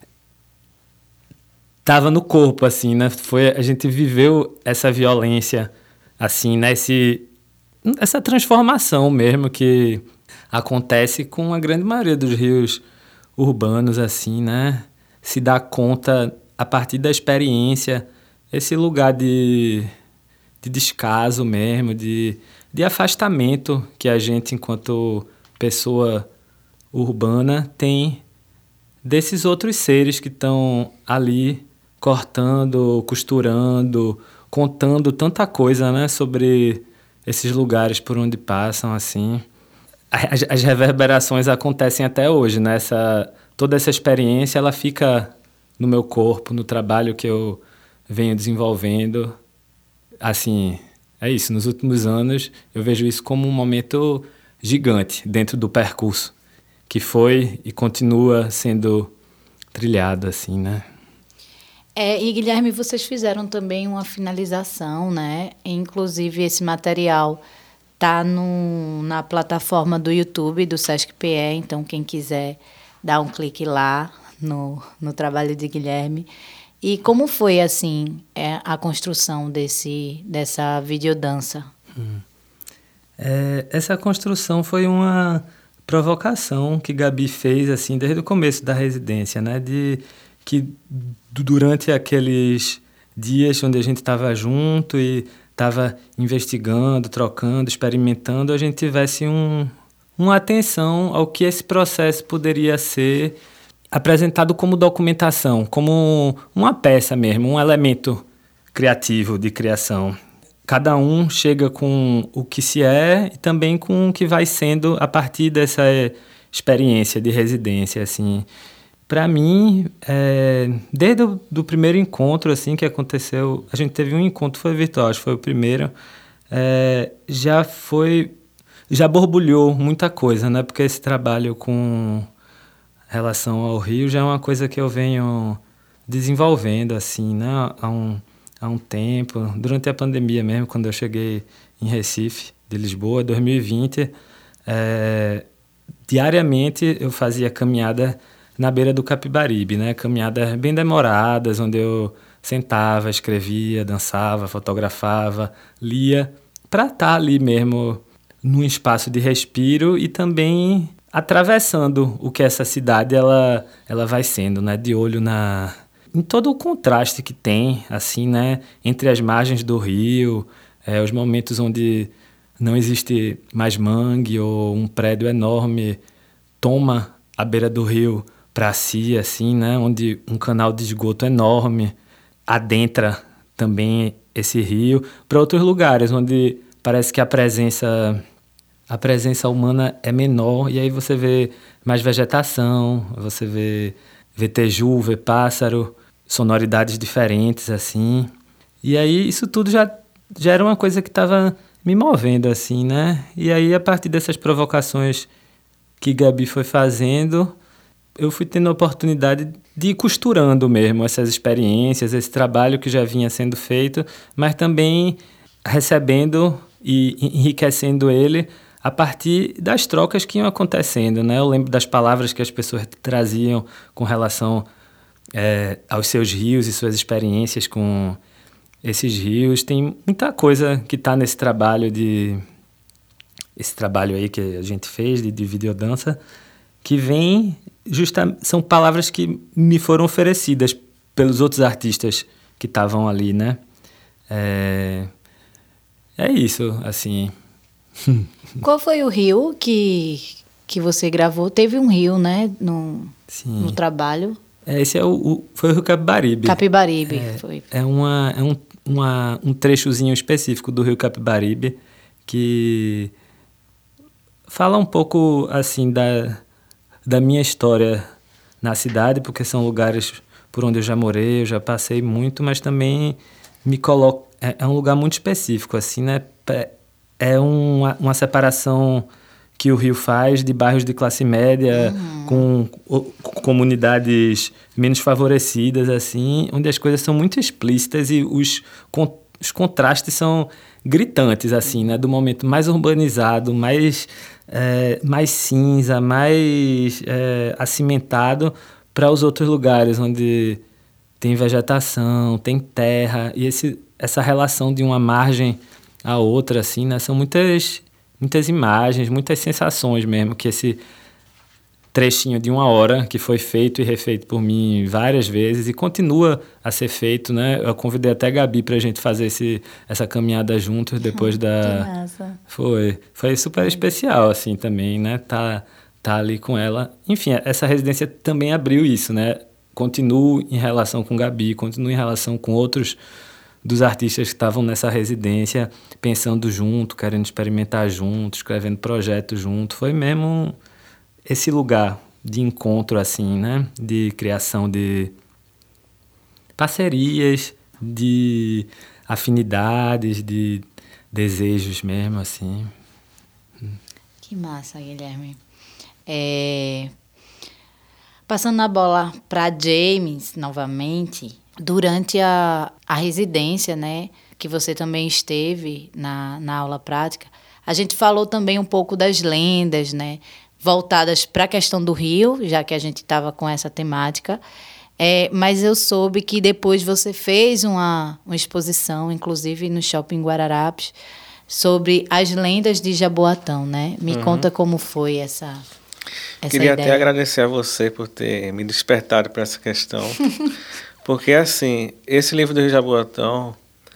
estava no corpo, assim, né? A gente viveu essa violência, assim, né? Essa transformação mesmo que acontece com a grande maioria dos rios urbanos, assim, né? Se dá conta, a partir da experiência, esse lugar de descaso mesmo, de afastamento que a gente, enquanto pessoa urbana, tem desses outros seres que estão ali cortando, costurando, contando tanta coisa, né, sobre esses lugares por onde passam, assim. As reverberações acontecem até hoje, né? Toda essa experiência, ela fica no meu corpo, no trabalho que eu venho desenvolvendo. Assim, é isso. Nos últimos anos, eu vejo isso como um momento gigante dentro do percurso que foi e continua sendo trilhado, assim, né? E Guilherme, vocês fizeram também uma finalização, né? Inclusive, esse material está na plataforma do YouTube do Sesc PE, então quem quiser dar um clique lá no trabalho de Guilherme. E como foi, assim, a construção dessa videodança? Essa construção foi uma provocação que Gabi fez, assim, desde o começo da residência, né? Que durante aqueles dias onde a gente estava junto e estava investigando, trocando, experimentando, a gente tivesse uma atenção ao que esse processo poderia ser apresentado como documentação, como uma peça mesmo, um elemento criativo de criação. Cada um chega com o que se é e também com o que vai sendo a partir dessa experiência de residência, assim. Para mim, desde o primeiro encontro assim, que aconteceu, a gente teve um encontro, foi virtual, acho que foi o primeiro, já borbulhou muita coisa, né? Porque esse trabalho com relação ao Rio já é uma coisa que eu venho desenvolvendo, assim, né? Há um tempo, durante a pandemia mesmo, quando eu cheguei em Recife, de Lisboa, 2020, diariamente eu fazia caminhada na beira do Capibaribe, né? Caminhadas bem demoradas, onde eu sentava, escrevia, dançava, fotografava, lia, para estar ali mesmo num espaço de respiro e também atravessando o que essa cidade ela vai sendo, né? De olho em todo o contraste que tem, assim, né? Entre as margens do rio, os momentos onde não existe mais mangue ou um prédio enorme toma a beira do rio para si, assim, né? Onde um canal de esgoto enorme adentra também esse rio, para outros lugares onde parece que a presença humana é menor, e aí você vê mais vegetação, você vê teju, vê pássaro, sonoridades diferentes, assim. E aí isso tudo já era uma coisa que estava me movendo, assim, né? E aí, a partir dessas provocações que Gabi foi fazendo, eu fui tendo a oportunidade de ir costurando mesmo essas experiências, esse trabalho que já vinha sendo feito, mas também recebendo e enriquecendo ele a partir das trocas que iam acontecendo, né? Eu lembro das palavras que as pessoas traziam com relação aos seus rios e suas experiências com esses rios. Tem muita coisa que está nesse trabalho esse trabalho aí que a gente fez de videodança, que vem são palavras que me foram oferecidas pelos outros artistas que estavam ali, né? É isso, assim. Qual foi o rio que você gravou? Teve um rio, né, no trabalho? Esse foi o Rio Capibaribe. Capibaribe, foi. É um trechozinho específico do Rio Capibaribe que fala um pouco, assim, da minha história na cidade, porque são lugares por onde eu já morei, eu já passei muito, mas também me coloco... É um lugar muito específico, assim, né? É uma separação que o Rio faz de bairros de classe média com comunidades menos favorecidas, assim, onde as coisas são muito explícitas e os contrastes são gritantes, assim, né? Do momento mais urbanizado, mais cinza, mais acimentado, para os outros lugares onde tem vegetação, tem terra, e essa relação de uma margem à outra, assim, né? São muitas imagens, muitas sensações mesmo, que esse trechinho de 1 hora, que foi feito e refeito por mim várias vezes e continua a ser feito, né? Eu convidei até a Gabi pra gente fazer essa caminhada juntos depois da... Que massa. Foi super especial, assim, também, né? Tá ali com ela. Enfim, essa residência também abriu isso, né? Continuo em relação com Gabi, continuo em relação com outros dos artistas que estavam nessa residência, pensando junto, querendo experimentar junto, escrevendo projetos junto. Foi mesmo esse lugar de encontro, assim, né? De criação de parcerias, de afinidades, de desejos mesmo, assim. Que massa, Guilherme. Passando a bola para James, novamente, durante a residência, né, que você também esteve na aula prática, a gente falou também um pouco das lendas, né, voltadas para a questão do rio, já que a gente estava com essa temática, mas eu soube que depois você fez uma exposição, inclusive no Shopping Guararapes, sobre as lendas de Jaboatão, né? Me conta como foi essa Queria ideia. até agradecer a você por ter me despertado para essa questão. Porque, assim, esse livro do Jaboatão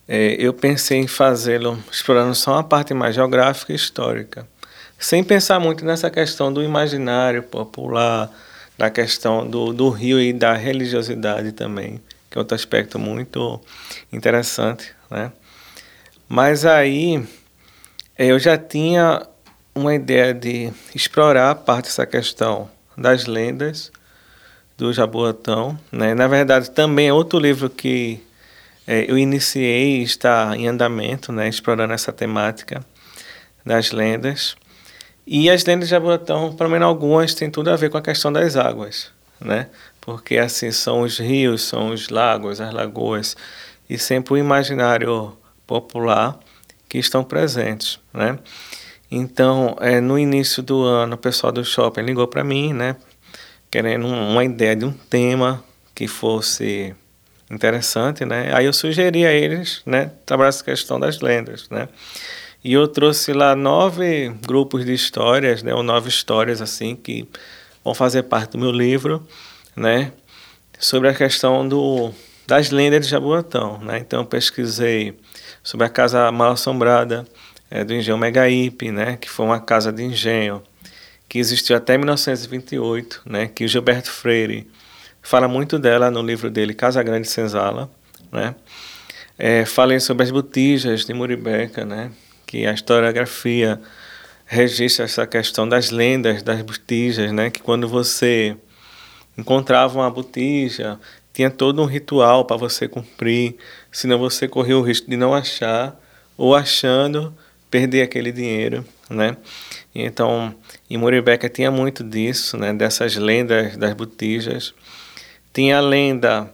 eu pensei em fazê-lo explorando só uma parte mais geográfica e histórica, sem pensar muito nessa questão do imaginário popular, da questão do rio e da religiosidade também, que é outro aspecto muito interessante, né? Mas aí eu já tinha uma ideia de explorar a parte dessa questão das lendas do Jaboatão, né? Na verdade, também é outro livro que eu iniciei e está em andamento, né? Explorando essa temática das lendas. E as lendas de Jaboatão, pelo menos algumas, têm tudo a ver com a questão das águas, né? Porque assim são os rios, são os lagos, as lagoas, e sempre o imaginário popular que estão presentes, né? Então, no início do ano, o pessoal do shopping ligou para mim, né, querendo uma ideia de um tema que fosse interessante, né? Aí eu sugeri a eles, né, trabalhar essa questão das lendas, né? E eu trouxe lá 9 grupos de histórias, né, ou 9 histórias assim que vão fazer parte do meu livro, né, sobre a questão das lendas de Jaboatão, né? Então eu pesquisei sobre a Casa Mal-Assombrada, do engenho Megaípe, né, que foi uma casa de engenho que existiu até 1928, né, que o Gilberto Freire fala muito dela no livro dele, Casa Grande Senzala, né. Falei sobre as botijas de Muribeca, né, que a historiografia registra essa questão das lendas das botijas, né, que quando você encontrava uma botija, tinha todo um ritual para você cumprir, senão você corria o risco de não achar, ou achando, perder aquele dinheiro, né? Então, em Muribeca tinha muito disso, né? Dessas lendas das botijas. Tinha a lenda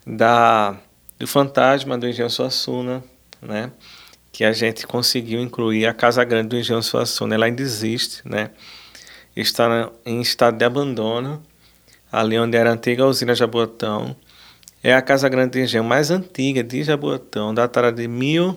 do fantasma do Engenho Suassuna, né? Que a gente conseguiu incluir. A Casa Grande do Engenho Suassuna, ela ainda existe, né? Está em estado de abandono, ali onde era a antiga usina Jaboatão. É a Casa Grande do Engenho mais antiga de Jaboatão, datada de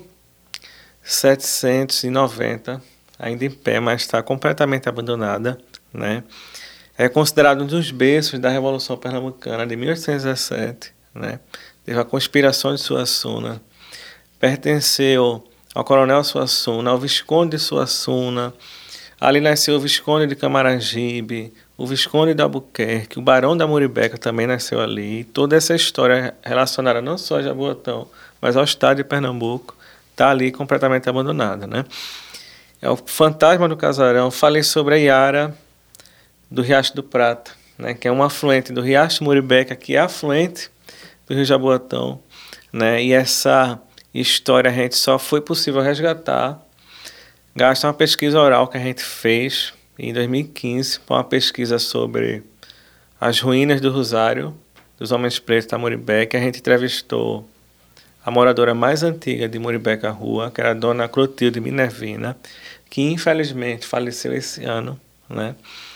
1790, ainda em pé, mas está completamente abandonada, né? É considerado um dos berços da Revolução Pernambucana de 1817, né? Teve a conspiração de Suassuna, pertenceu ao Coronel Suassuna, ao Visconde de Suassuna, ali nasceu o Visconde de Camaragibe, o Visconde de Albuquerque, o Barão da Muribeca também nasceu ali. Toda essa história relacionada não só a Jaboatão, mas ao estado de Pernambuco, está ali completamente abandonada, né? É o fantasma do casarão. Falei sobre a Iara do Riacho do Prata, né? Que é um afluente do Riacho Muribeca, que é afluente do Rio Jaboatão, né? E essa história a gente só foi possível resgatar graças a uma pesquisa oral que a gente fez em 2015, uma pesquisa sobre as ruínas do Rosário dos Homens Pretos da Muribeca. A gente entrevistou a moradora mais antiga de Muribeca Rua, que era a dona Clotilde Minervina, que infelizmente faleceu esse ano, né?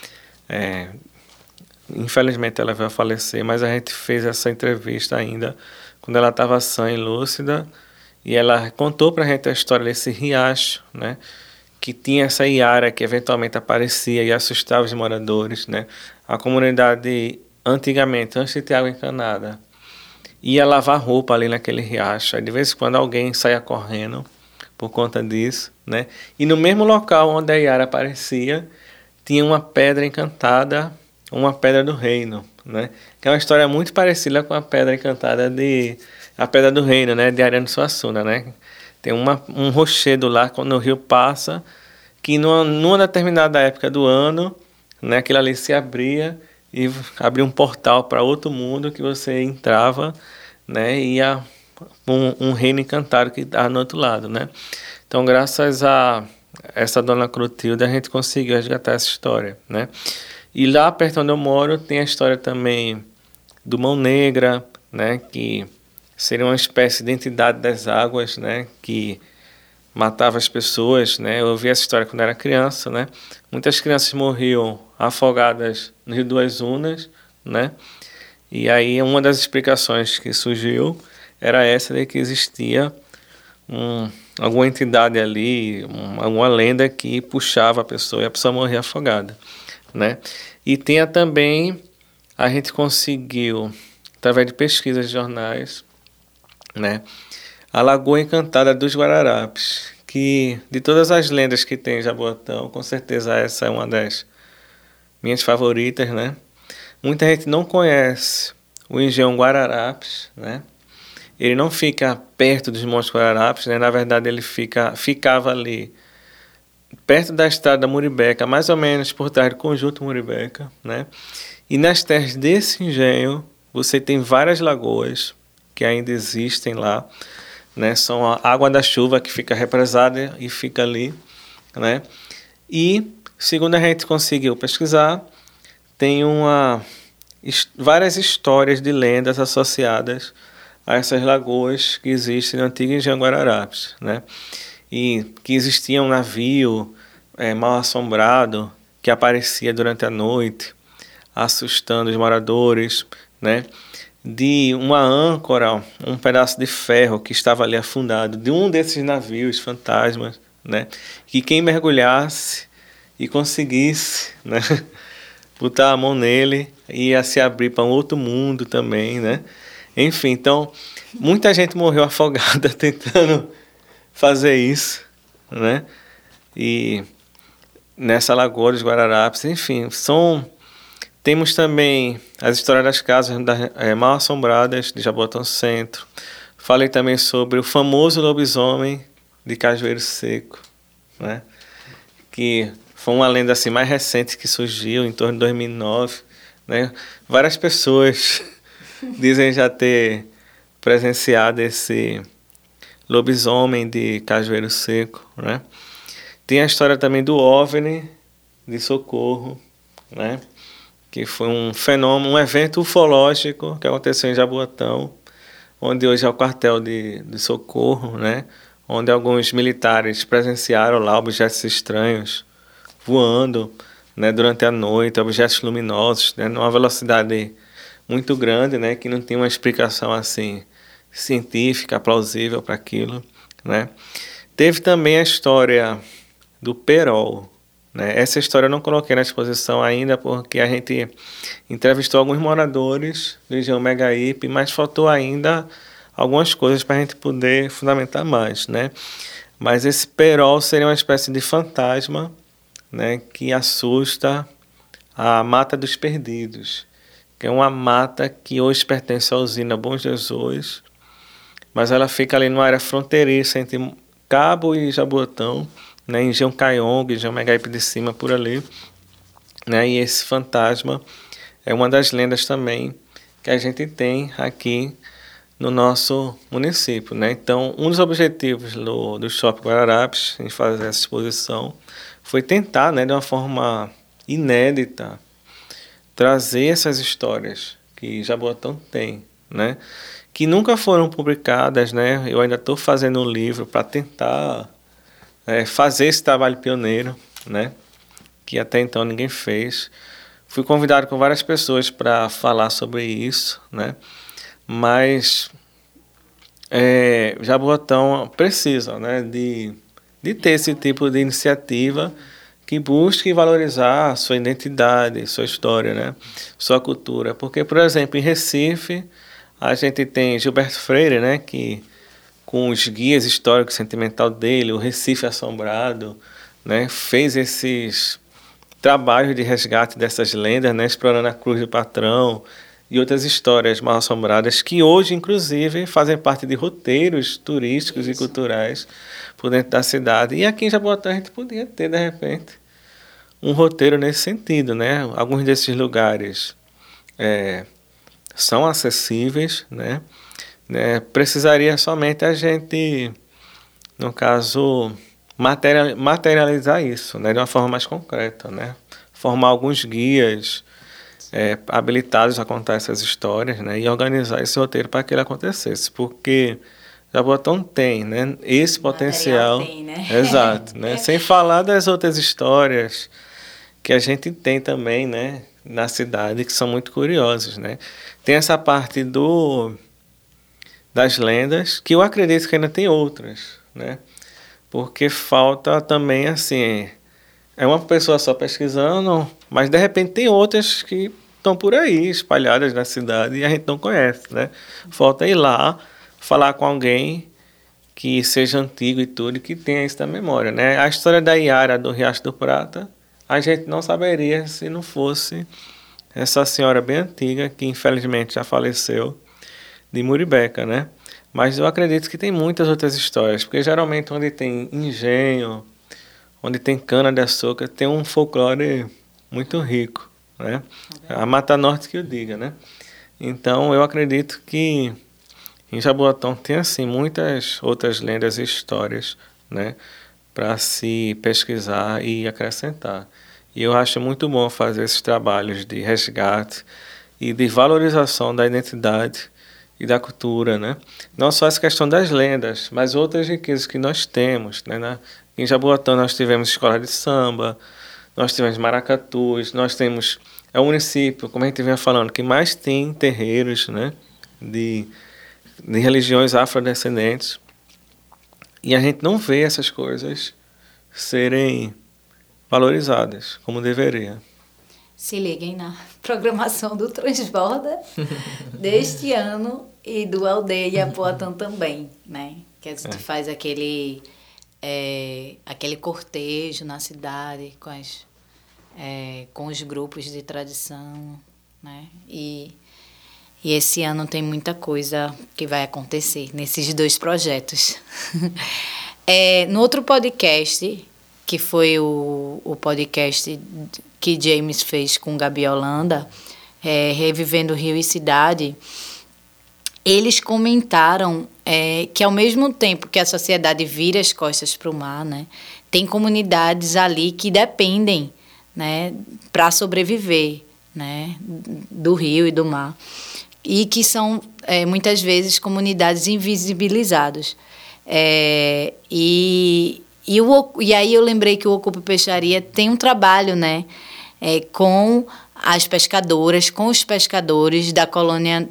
Infelizmente ela veio a falecer, mas a gente fez essa entrevista ainda quando ela estava sã e lúcida, e ela contou para a gente a história desse riacho, né? Que tinha essa iara que eventualmente aparecia e assustava os moradores, né? A comunidade, antigamente, antes de ter água encanada, ia lavar roupa ali naquele riacho. Aí, de vez em quando alguém saía correndo por conta disso, né? E no mesmo local onde a iara aparecia, tinha uma pedra encantada, uma pedra do reino, né? Que é uma história muito parecida com a pedra encantada a pedra do reino, né? De Ariano Suassuna, né? Tem um rochedo lá, quando o rio passa, que numa determinada época do ano, né, aquilo ali se abria e abria um portal para outro mundo que você entrava, né, e ia um reino encantado que estava no outro lado, né. Então, graças a essa dona Clotilde, a gente conseguiu resgatar essa história, né. E lá perto onde eu moro tem a história também do Mão Negra, né, que seria uma espécie de entidade das águas, né, que matava as pessoas, né. Eu ouvi essa história quando era criança, né. Muitas crianças morriam afogadas no Rio Duas Unas, né. E aí uma das explicações que surgiu era essa de que existia alguma entidade ali, uma lenda que puxava a pessoa e a pessoa morria afogada, né. E tinha também, a gente conseguiu, através de pesquisas de jornais, né, a Lagoa Encantada dos Guararapes, que de todas as lendas que tem em Jaboatão, com certeza essa é uma das minhas favoritas, né? Muita gente não conhece o Engenho Guararapes, né? Ele não fica perto dos Montes Guararapes, né? Na verdade ele ficava ali perto da estrada Muribeca, mais ou menos por trás do Conjunto Muribeca, né? E nas terras desse engenho você tem várias lagoas que ainda existem lá, né? São a água da chuva que fica represada e fica ali, né? E segundo a gente conseguiu pesquisar, tem várias histórias de lendas associadas a essas lagoas que existem no antigo Engenho Guararapes, né? E que existia um navio mal assombrado que aparecia durante a noite, assustando os moradores, né? De uma âncora, um pedaço de ferro que estava ali afundado, de um desses navios fantasmas, né? Que quem mergulhasse e conseguisse, né, botar a mão nele, ia se abrir para um outro mundo também, né? Enfim, então, muita gente morreu afogada tentando fazer isso, né? E nessa Lagoa dos Guararapes, enfim, temos também as histórias das casas mal assombradas de Jaboatão Centro. Falei também sobre o famoso lobisomem de Cajueiro Seco, né? Que foi uma lenda assim mais recente que surgiu em torno de 2009, né? Várias pessoas dizem já ter presenciado esse lobisomem de Cajueiro Seco, né? Tem a história também do OVNI de Socorro, né? Que foi um fenômeno, um evento ufológico que aconteceu em Jaboatão, onde hoje é o quartel de Socorro, né? Onde alguns militares presenciaram lá objetos estranhos voando, né, durante a noite, objetos luminosos, né, numa velocidade muito grande, né, que não tem uma explicação assim científica plausível para aquilo, né? Teve também a história do Perol, né? Essa história eu não coloquei na exposição ainda porque a gente entrevistou alguns moradores do Engenho Megaípe, mas faltou ainda algumas coisas para a gente poder fundamentar mais, né? Mas esse Perol seria uma espécie de fantasma, né, que assusta a Mata dos Perdidos, que é uma mata que hoje pertence à usina Bom Jesus, mas ela fica ali numa área fronteiriça entre Cabo e Jaboatão, né, em Engenho Caiong, Engenho Megaípe de Cima, por ali, né, e esse fantasma é uma das lendas também que a gente tem aqui no nosso município, né? Então, um dos objetivos do Shopping Guararapes em fazer essa exposição foi tentar, né, de uma forma inédita, trazer essas histórias que Jaboatão tem, né, que nunca foram publicadas, né? Eu ainda estou fazendo um livro para tentar fazer esse trabalho pioneiro, né, que até então ninguém fez. Fui convidado com várias pessoas para falar sobre isso, né, mas Jaboatão precisa, né, de ter esse tipo de iniciativa que busque valorizar sua identidade, sua história, né, sua cultura. Porque, por exemplo, em Recife, a gente tem Gilberto Freire, né, que com os guias históricos sentimental dele, o Recife Assombrado, né, fez esses trabalhos de resgate dessas lendas, né, explorando a Cruz do Patrão e outras histórias mal assombradas que hoje, inclusive, fazem parte de roteiros turísticos e culturais por dentro da cidade. E aqui em Jaboatão a gente podia ter, de repente, um roteiro nesse sentido, né? Alguns desses lugares são acessíveis, né? Precisaria somente a gente, no caso, materializar isso, né, de uma forma mais concreta, né? Formar alguns guias habilitados a contar essas histórias, né, e organizar esse roteiro para que ele acontecesse, porque Jaboatão tem, né, esse potencial, tem, né? Exato, né? Sem falar das outras histórias que a gente tem também, né, na cidade, que são muito curiosas, né? Tem essa parte das lendas, que eu acredito que ainda tem outras, né? Porque falta também, assim, é uma pessoa só pesquisando, mas de repente tem outras que estão por aí, espalhadas na cidade, e a gente não conhece, né? Falta ir lá, falar com alguém que seja antigo e tudo, e que tenha isso na memória, né? A história da Iara do Riacho do Prata, a gente não saberia se não fosse essa senhora bem antiga, que infelizmente já faleceu, de Muribeca, né? Mas eu acredito que tem muitas outras histórias, porque geralmente onde tem engenho, onde tem cana-de-açúcar, tem um folclore muito rico, né? A Mata Norte que eu diga, né? Então eu acredito que em Jaboatão tem assim muitas outras lendas e histórias, né, para se pesquisar e acrescentar. E eu acho muito bom fazer esses trabalhos de resgate e de valorização da identidade e da cultura, né? Não só essa questão das lendas, mas outras riquezas que nós temos, né? Em Jaboatão nós tivemos escola de samba, nós tivemos maracatus, nós temos... É o município, como a gente vinha falando, que mais tem terreiros, né, de religiões afrodescendentes. E a gente não vê essas coisas serem valorizadas como deveria. Se liguem na programação do Transborda deste ano e do Aldeia Jaboatão também, né? Que a gente faz aquele cortejo na cidade com os grupos de tradição, né? E esse ano tem muita coisa que vai acontecer nesses 2 projetos. No outro podcast, que foi o podcast que James fez com Gabi Holanda, Revivendo Rio e Cidade, eles comentaram que ao mesmo tempo que a sociedade vira as costas para o mar, né, tem comunidades ali que dependem, né, para sobreviver, né, do rio e do mar, e que são muitas vezes comunidades invisibilizadas. E aí eu lembrei que o Ocupa Peixaria tem um trabalho, né, com as pescadoras, com os pescadores da colônia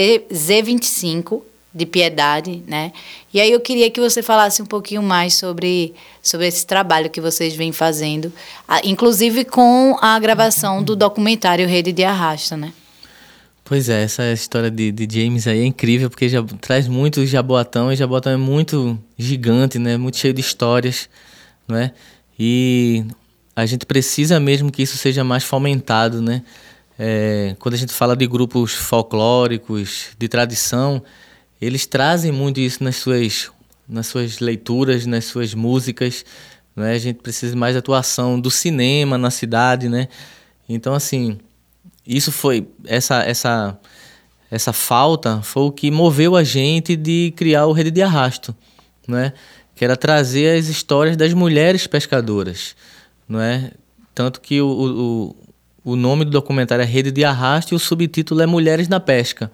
Z25 de Piedade, né? E aí eu queria que você falasse um pouquinho mais sobre esse trabalho que vocês vêm fazendo, inclusive com a gravação do documentário Rede de Arrasta, né? Pois é, essa história de James aí é incrível, porque já traz muito Jaboatão, e Jaboatão é muito gigante, né? Muito cheio de histórias, não é? E a gente precisa mesmo que isso seja mais fomentado, né? Quando a gente fala de grupos folclóricos, de tradição, eles trazem muito isso nas suas leituras, nas suas músicas, né? A gente precisa mais de atuação do cinema na cidade, né? Então, assim, isso foi essa falta foi o que moveu a gente de criar o Rede de Arrasto, né? Que era trazer as histórias das mulheres pescadoras, não é? Tanto que o nome do documentário é Rede de Arrasto e o subtítulo é Mulheres na Pesca,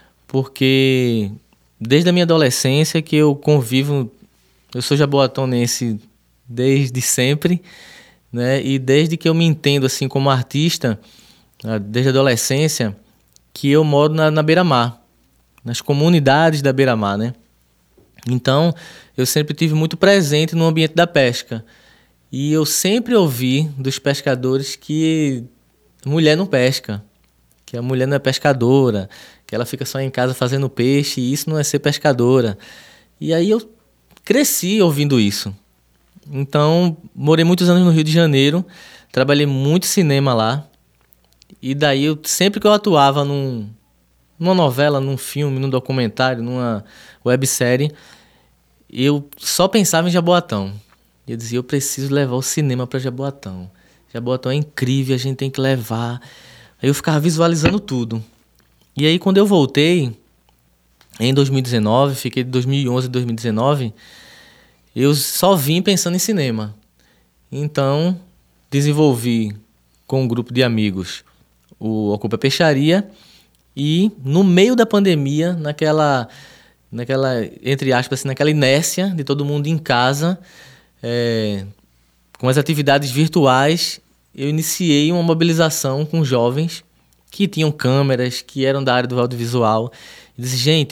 porque desde a minha adolescência que eu convivo, eu sou jaboatonense desde sempre, né? E desde que eu me entendo assim como artista, desde a adolescência, que eu moro na beira-mar, nas comunidades da beira-mar, né? Então, eu sempre tive muito presente no ambiente da pesca. E eu sempre ouvi dos pescadores que mulher não pesca, que a mulher não é pescadora, que ela fica só em casa fazendo peixe, e isso não é ser pescadora. E aí eu cresci ouvindo isso. Então, morei muitos anos no Rio de Janeiro, trabalhei muito cinema lá, e daí sempre que eu atuava numa novela, num filme, num documentário, numa websérie, eu só pensava em Jaboatão. Eu dizia, eu preciso levar o cinema para Jaboatão. Jaboatão é incrível, a gente tem que levar. Aí eu ficava visualizando tudo. E aí quando eu voltei, em 2019, fiquei de 2011 a 2019, eu só vim pensando em cinema. Então, desenvolvi com um grupo de amigos o Ocupa Peixaria, e no meio da pandemia, naquela entre aspas, assim, naquela inércia de todo mundo em casa, com as atividades virtuais, eu iniciei uma mobilização com jovens que tinham câmeras, que eram da área do audiovisual, e disse, gente,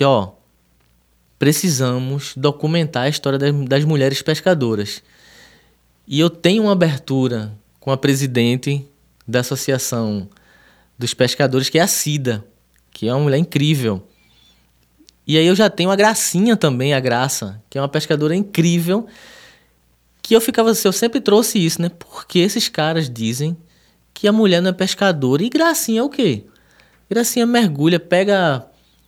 precisamos documentar a história das mulheres pescadoras. E eu tenho uma abertura com a presidente da Associação dos Pescadores, que é a Cida, que é uma mulher incrível. E aí eu já tenho a Gracinha também, a Graça, que é uma pescadora incrível, que eu sempre trouxe isso, né? Porque esses caras dizem que a mulher não é pescadora. E Gracinha é o quê? Gracinha mergulha, pega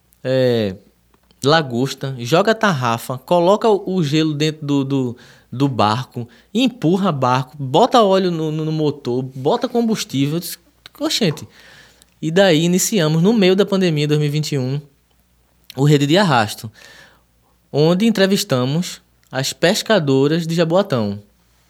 lagosta, joga a tarrafa, coloca o gelo dentro do barco, empurra barco, bota óleo no motor, bota combustível. Eu disse, oxente. E daí iniciamos, no meio da pandemia, 2021, o Rede de Arrasto, onde entrevistamos as pescadoras de Jaboatão.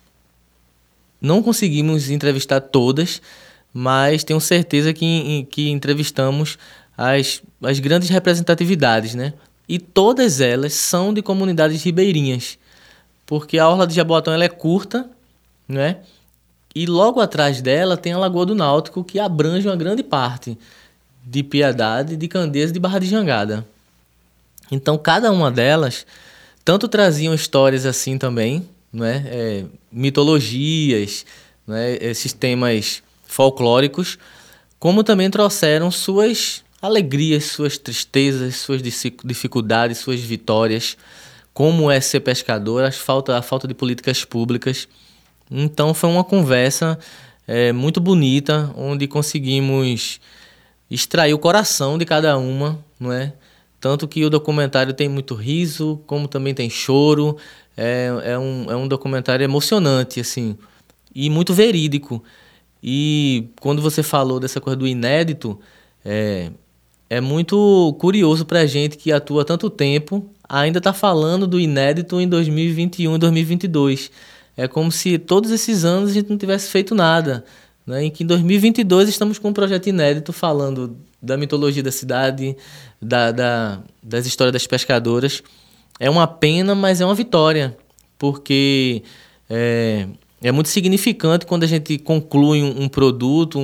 Não conseguimos entrevistar todas, mas tenho certeza que entrevistamos as grandes representatividades, né? E todas elas são de comunidades ribeirinhas, porque a orla de Jaboatão ela é curta, né? E logo atrás dela tem a Lagoa do Náutico, que abrange uma grande parte de Piedade, de Candeias e de Barra de Jangada. Então, cada uma delas tanto traziam histórias assim também, né? Mitologias, né? Esses temas folclóricos, como também trouxeram suas alegrias, suas tristezas, suas dificuldades, suas vitórias, como é ser pescador, a falta de políticas públicas. Então foi uma conversa muito bonita, onde conseguimos extrair o coração de cada uma, não é? Tanto que o documentário tem muito riso, como também tem choro. É um documentário emocionante, assim, e muito verídico. E quando você falou dessa coisa do inédito, é muito curioso pra gente que atua há tanto tempo, ainda tá falando do inédito em 2021 e 2022. É como se todos esses anos a gente não tivesse feito nada, né? Em que em 2022 estamos com um projeto inédito falando da mitologia da cidade, das histórias das pescadoras. É uma pena, mas é uma vitória, porque é muito significante quando a gente conclui um produto,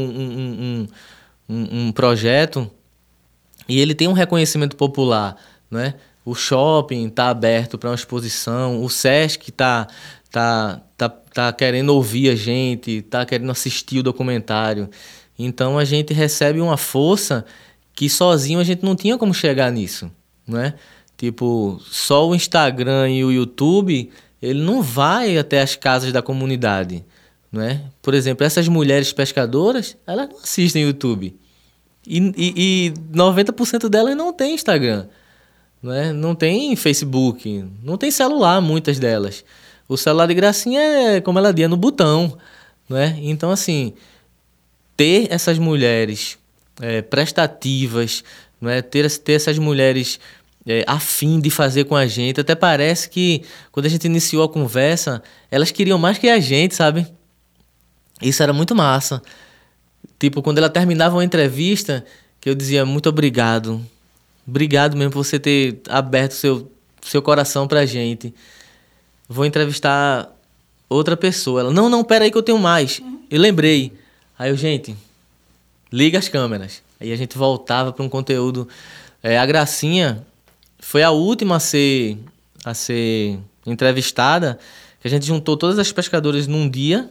um projeto, e ele tem um reconhecimento popular, né? O shopping está aberto para uma exposição, o Sesc está querendo ouvir a gente, está querendo assistir o documentário. Então a gente recebe uma força que sozinho a gente não tinha como chegar nisso, né? Tipo, só o Instagram e o YouTube, ele não vai até as casas da comunidade, né? Por exemplo, essas mulheres pescadoras, elas não assistem YouTube. E 90% delas não tem Instagram, né? Não tem Facebook, não tem celular, muitas delas. O celular de Gracinha é, como ela diz, no botão, né? Então, assim, ter essas mulheres prestativas, né? Ter essas mulheres a fim de fazer com a gente. Até parece que, quando a gente iniciou a conversa, elas queriam mais que a gente, sabe? Isso era muito massa. Tipo, quando ela terminava uma entrevista, que eu dizia, muito obrigado. Obrigado mesmo por você ter aberto seu coração pra gente. Vou entrevistar outra pessoa. Ela, não, pera aí que eu tenho mais. Eu lembrei. Aí eu, gente, liga as câmeras. Aí a gente voltava para um conteúdo. A Gracinha foi a última a ser entrevistada, que a gente juntou todas as pescadoras num dia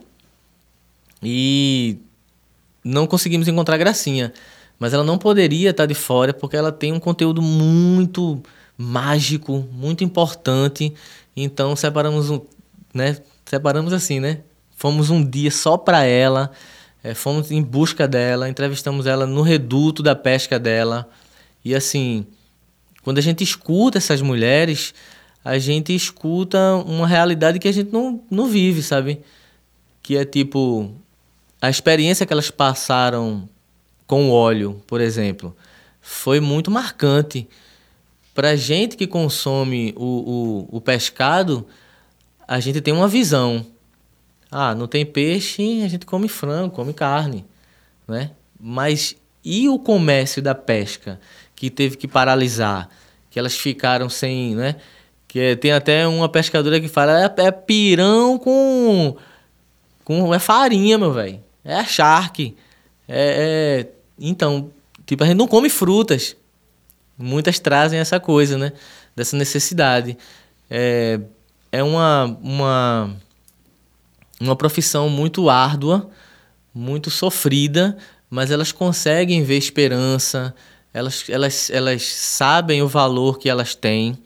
e não conseguimos encontrar a Gracinha. Mas ela não poderia estar de fora, porque ela tem um conteúdo muito mágico, muito importante. Então separamos assim, né? Fomos um dia só para ela, fomos em busca dela, entrevistamos ela no reduto da pesca dela. E assim, quando a gente escuta essas mulheres, a gente escuta uma realidade que a gente não vive, sabe? Que é tipo, a experiência que elas passaram com o óleo, por exemplo, foi muito marcante. Pra gente que consome o pescado, a gente tem uma visão. Não tem peixe, a gente come frango, come carne, né? Mas e o comércio da pesca, que teve que paralisar, que elas ficaram sem, né? Que tem até uma pescadora que fala, é pirão com farinha, meu velho. É a charque. Então, tipo, a gente não come frutas. Muitas trazem essa coisa, né? Dessa necessidade. É uma profissão muito árdua, muito sofrida, mas elas conseguem ver esperança, elas sabem o valor que elas têm.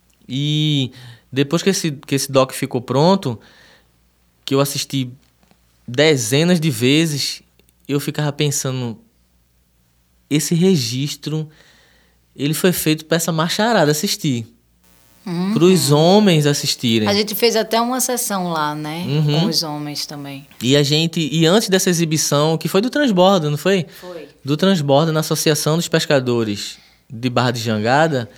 E depois que esse doc ficou pronto, que eu assisti dezenas de vezes, eu ficava pensando, esse registro, ele foi feito para essa macharada assistir. Para os homens assistirem. A gente fez até uma sessão lá, né? Com os homens também. E antes dessa exibição, que foi do Transborda, não foi? Foi. Do Transborda, na Associação dos Pescadores de Barra de Jangada,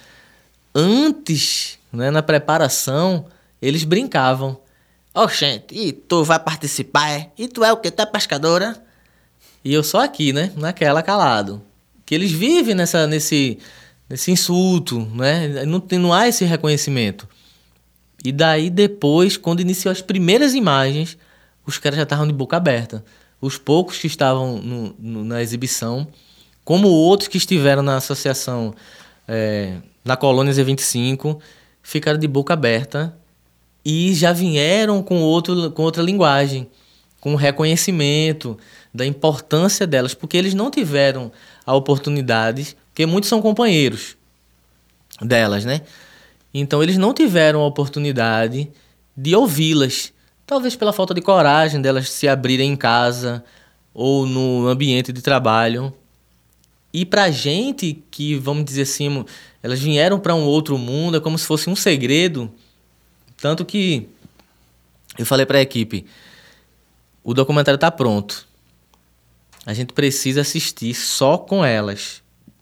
antes, né, na preparação, eles brincavam. Gente, e tu vai participar, é? E tu é o quê? Tu é pescadora? E eu só aqui, né? Naquela calado. Que eles vivem nesse insulto, né? Não há esse reconhecimento. E daí depois, quando iniciou as primeiras imagens, os caras já estavam de boca aberta. Os poucos que estavam na exibição, como outros que estiveram na associação, na Colônia Z25, ficaram de boca aberta e já vieram com outra linguagem, com reconhecimento da importância delas, porque eles não tiveram a oportunidade, porque muitos são companheiros delas, né? Então eles não tiveram a oportunidade de ouvi-las, talvez pela falta de coragem delas se abrirem em casa ou no ambiente de trabalho. E pra gente que, vamos dizer assim, elas vieram para um outro mundo, é como se fosse um segredo. Tanto que eu falei para a equipe, o documentário está pronto. A gente precisa assistir só com elas.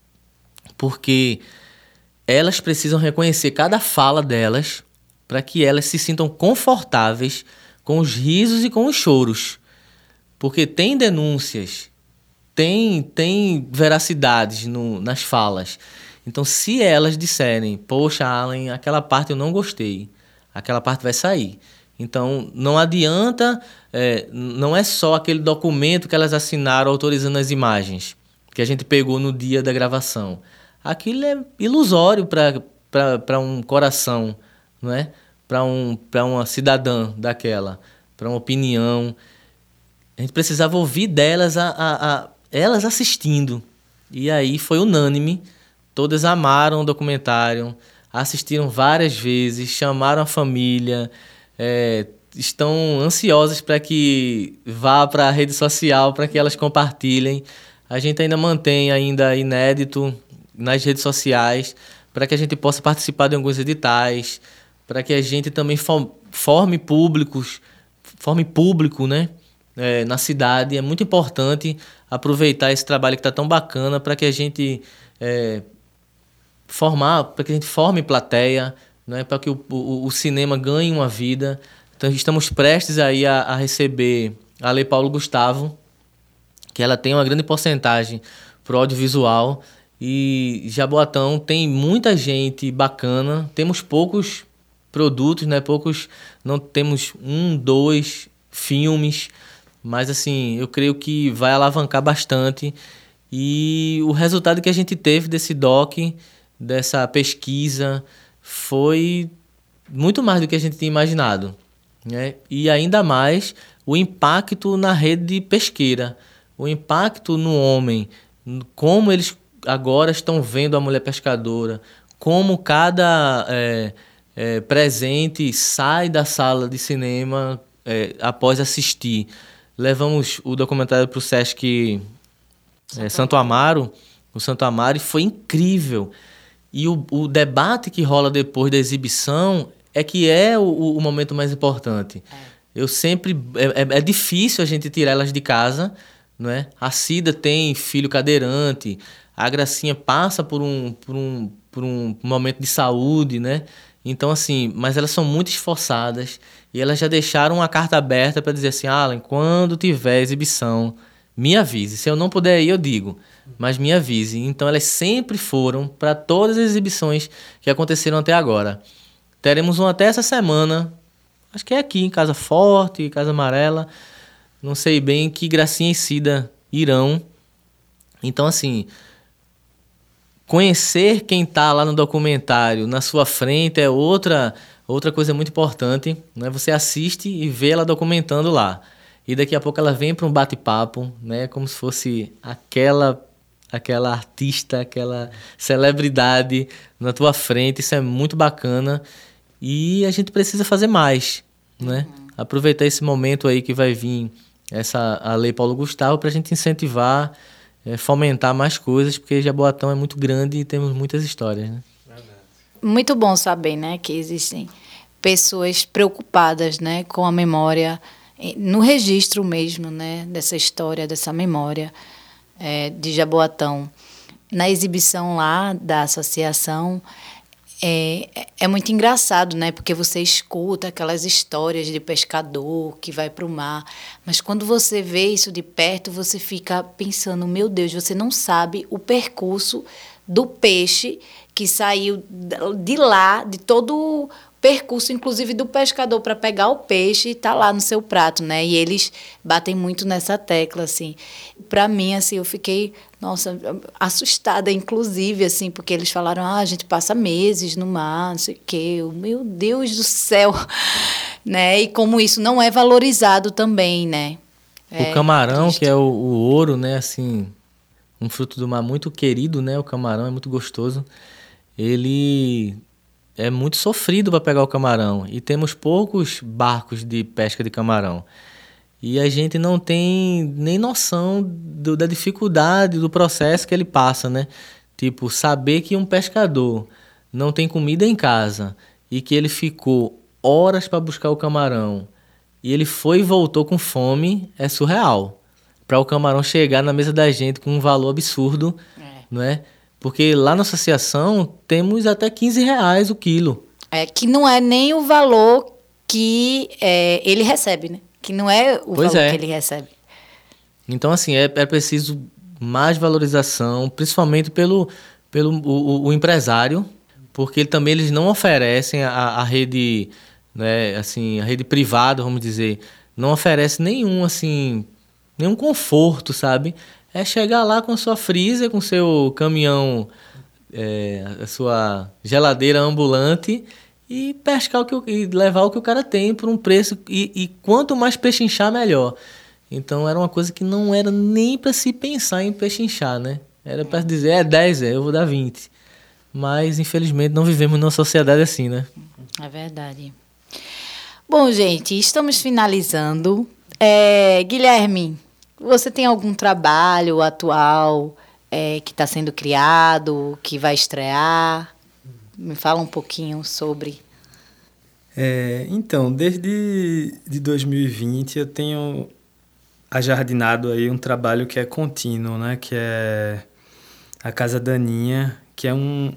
Porque elas precisam reconhecer cada fala delas para que elas se sintam confortáveis com os risos e com os choros. Porque tem denúncias, tem veracidades nas falas. Então, se elas disserem, poxa, Alan, aquela parte eu não gostei, aquela parte vai sair. Então, não adianta, não é só aquele documento que elas assinaram autorizando as imagens, que a gente pegou no dia da gravação. Aquilo é ilusório para um coração, não é? Para uma cidadã daquela, para uma opinião. A gente precisava ouvir delas, elas assistindo. E aí foi unânime, todas amaram o documentário, assistiram várias vezes, chamaram a família, estão ansiosas para que vá para a rede social, para que elas compartilhem. A gente ainda mantém inédito nas redes sociais, para que a gente possa participar de alguns editais, para que a gente também forme público, né? Na cidade. É muito importante aproveitar esse trabalho que está tão bacana para que a gente forme plateia, né? Para que o cinema ganhe uma vida. Então, estamos prestes aí a receber a Lei Paulo Gustavo, que ela tem uma grande porcentagem para o audiovisual. E Jaboatão tem muita gente bacana. Temos poucos produtos, né? Não temos 1, 2 filmes, mas assim, eu creio que vai alavancar bastante. E o resultado que a gente teve desse doc, dessa pesquisa, foi muito mais do que a gente tinha imaginado, né? E ainda mais o impacto na rede pesqueira, o impacto no homem, como eles agora estão vendo a mulher pescadora, como cada presente sai da sala de cinema após assistir. Levamos o documentário para o Sesc Santo Amaro, o Santo Amaro, e foi incrível. E o debate que rola depois da exibição é o momento mais importante. Eu sempre... É difícil a gente tirar elas de casa, não é? A Cida tem filho cadeirante, a Gracinha passa por um momento de saúde, né? Então, assim, mas elas são muito esforçadas e elas já deixaram uma carta aberta para dizer assim, Alan, quando tiver exibição, me avise. Se eu não puder ir, eu digo, mas me avise. Então, elas sempre foram para todas as exibições que aconteceram até agora. Teremos uma até essa semana, acho que é aqui, em Casa Forte, Casa Amarela, não sei bem, que Gracinha e Cida irão. Então, assim, conhecer quem está lá no documentário na sua frente é outra coisa muito importante, né? Você assiste e vê ela documentando lá. E daqui a pouco ela vem para um bate-papo, né? Como se fosse aquela artista, aquela celebridade na tua frente. Isso é muito bacana e a gente precisa fazer mais, né? Aproveitar esse momento aí que vai vir a Lei Paulo Gustavo para a gente incentivar, fomentar mais coisas, porque Jaboatão é muito grande e temos muitas histórias, né? Muito bom saber, né, que existem pessoas preocupadas, né, com a memória, no registro mesmo, né, dessa história, dessa memória de Jaboatão. Na exibição lá da associação, é muito engraçado, né, porque você escuta aquelas histórias de pescador que vai para o mar, mas quando você vê isso de perto, você fica pensando, meu Deus, você não sabe o percurso do peixe que saiu de lá, de todo o percurso, inclusive do pescador, para pegar o peixe e tá lá no seu prato, né? E eles batem muito nessa tecla, assim. Para mim, assim, eu fiquei, nossa, assustada, inclusive, assim, porque eles falaram, a gente passa meses no mar, não sei o quê. Meu Deus do céu, né? E como isso não é valorizado também, né? O camarão, que é o ouro, né? Assim, um fruto do mar muito querido, né? O camarão é muito gostoso. Ele é muito sofrido para pegar o camarão e temos poucos barcos de pesca de camarão. E a gente não tem nem noção da dificuldade do processo que ele passa, né? Tipo, saber que um pescador não tem comida em casa e que ele ficou horas para buscar o camarão e ele foi e voltou com fome é surreal. Para o camarão chegar na mesa da gente com um valor absurdo, não é? Porque lá na associação temos até R$15 o quilo. Que não é nem o valor que ele recebe, né? Que não é o valor que ele recebe. Então, assim, é preciso mais valorização, principalmente pelo empresário, porque eles não oferecem a rede, né, assim, a rede privada, vamos dizer, não oferece nenhum conforto, sabe? É chegar lá com a sua freezer, com seu caminhão, a sua geladeira ambulante e pescar e levar o que o cara tem por um preço. E quanto mais pechinchar, melhor. Então era uma coisa que não era nem para se pensar em pechinchar, né? Era para dizer, 10, eu vou dar 20. Mas, infelizmente, não vivemos numa sociedade assim, né? É verdade. Bom, gente, estamos finalizando. Guilherme, você tem algum trabalho atual que está sendo criado, que vai estrear? Me fala um pouquinho sobre. Então, desde 2020 eu tenho ajardinado aí um trabalho que é contínuo, né? Que é a Casa Daninha, que é um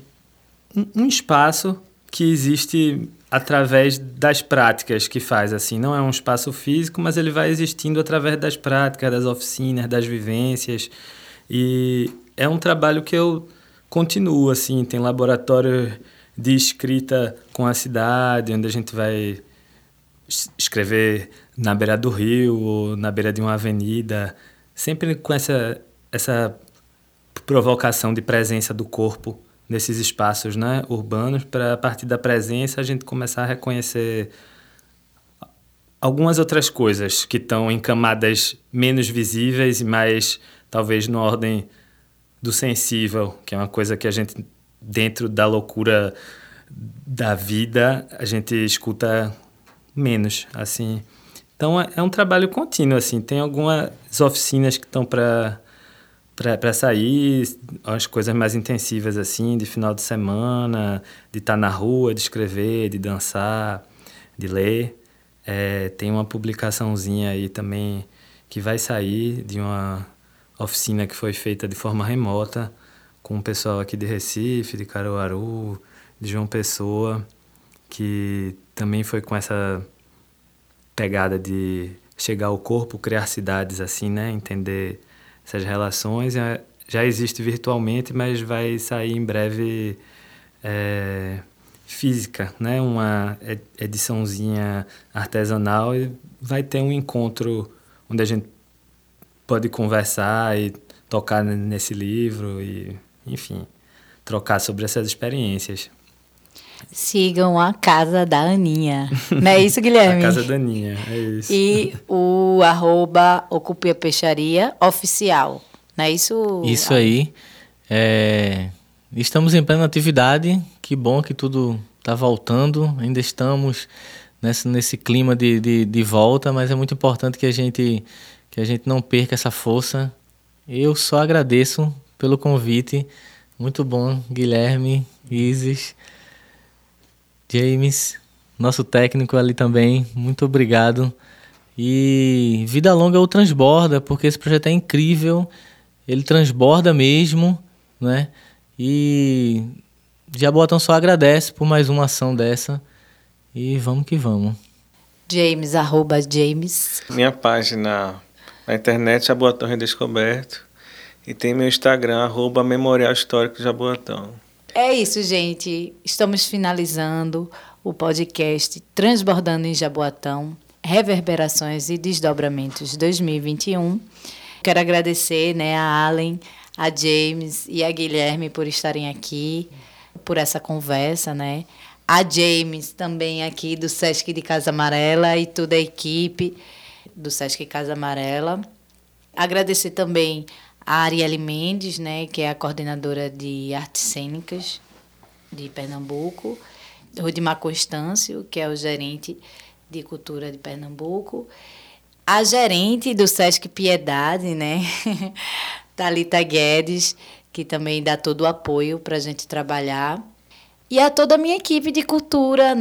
espaço que existe através das práticas que faz, assim. Não é um espaço físico, mas ele vai existindo através das práticas, das oficinas, das vivências. E é um trabalho que eu continuo, assim. Tem laboratório de escrita com a cidade, onde a gente vai escrever na beira do rio ou na beira de uma avenida, sempre com essa provocação de presença do corpo nesses espaços, né, urbanos, para a partir da presença a gente começar a reconhecer algumas outras coisas que estão em camadas menos visíveis e mais, talvez, na ordem do sensível, que é uma coisa que a gente, dentro da loucura da vida, a gente escuta menos, assim. Então, é um trabalho contínuo, assim. Tem algumas oficinas que estão para sair, as coisas mais intensivas, assim, de final de semana, de estar na rua, de escrever, de dançar, de ler. Tem uma publicaçãozinha aí também que vai sair de uma oficina que foi feita de forma remota com o pessoal aqui de Recife, de Caruaru, de João Pessoa, que também foi com essa pegada de chegar ao corpo, criar cidades, assim, né? Entender essas relações. Já existe virtualmente, mas vai sair em breve física, né? Uma ediçãozinha artesanal, e vai ter um encontro onde a gente pode conversar e tocar nesse livro e, enfim, trocar sobre essas experiências. Sigam a Casa da Aninha. Não é isso, Guilherme? A Casa da Aninha, é isso. E o @Ocupe a Peixaria oficial. Não é isso? Isso aí. Estamos em plena atividade. Que bom que tudo está voltando. Ainda estamos nesse clima de volta, mas é muito importante que a gente não perca essa força. Eu só agradeço pelo convite. Muito bom, Guilherme, Isis, James, nosso técnico ali também. Muito obrigado. E vida longa ao Transborda, porque esse projeto é incrível. Ele transborda mesmo, né? E Jaboatão só agradece por mais uma ação dessa. E vamos que vamos. James, @James. Minha página na internet, Jaboatão Redescoberto. E tem meu Instagram, @Memorial Histórico Jaboatão. É isso, gente. Estamos finalizando o podcast Transbordando em Jaboatão, Reverberações e Desdobramentos 2021. Quero agradecer, a Allen, a James e a Guilherme por estarem aqui, por essa conversa, A James também aqui do Sesc de Casa Amarela e toda a equipe do Sesc Casa Amarela. Agradecer também a Arielle Mendes, que é a coordenadora de artes cênicas de Pernambuco, Rudimar Constâncio, que é o gerente de cultura de Pernambuco, a gerente do Sesc Piedade, Thalita Guedes, que também dá todo o apoio para a gente trabalhar. E a toda a minha equipe de cultura,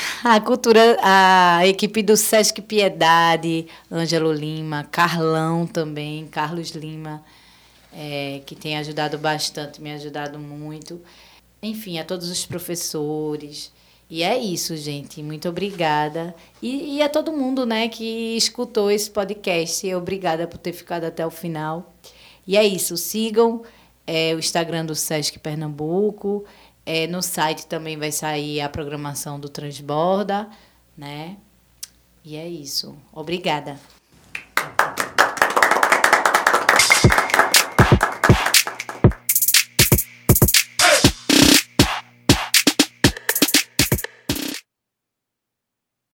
A equipe do Sesc Piedade, Ângelo Lima, Carlão também, Carlos Lima, que tem ajudado bastante, me ajudado muito. Enfim, a todos os professores. E é isso, gente. Muito obrigada. E a todo mundo, que escutou esse podcast. Obrigada por ter ficado até o final. E é isso. Sigam o Instagram do Sesc Pernambuco. No site também vai sair a programação do Transborda, E é isso. Obrigada.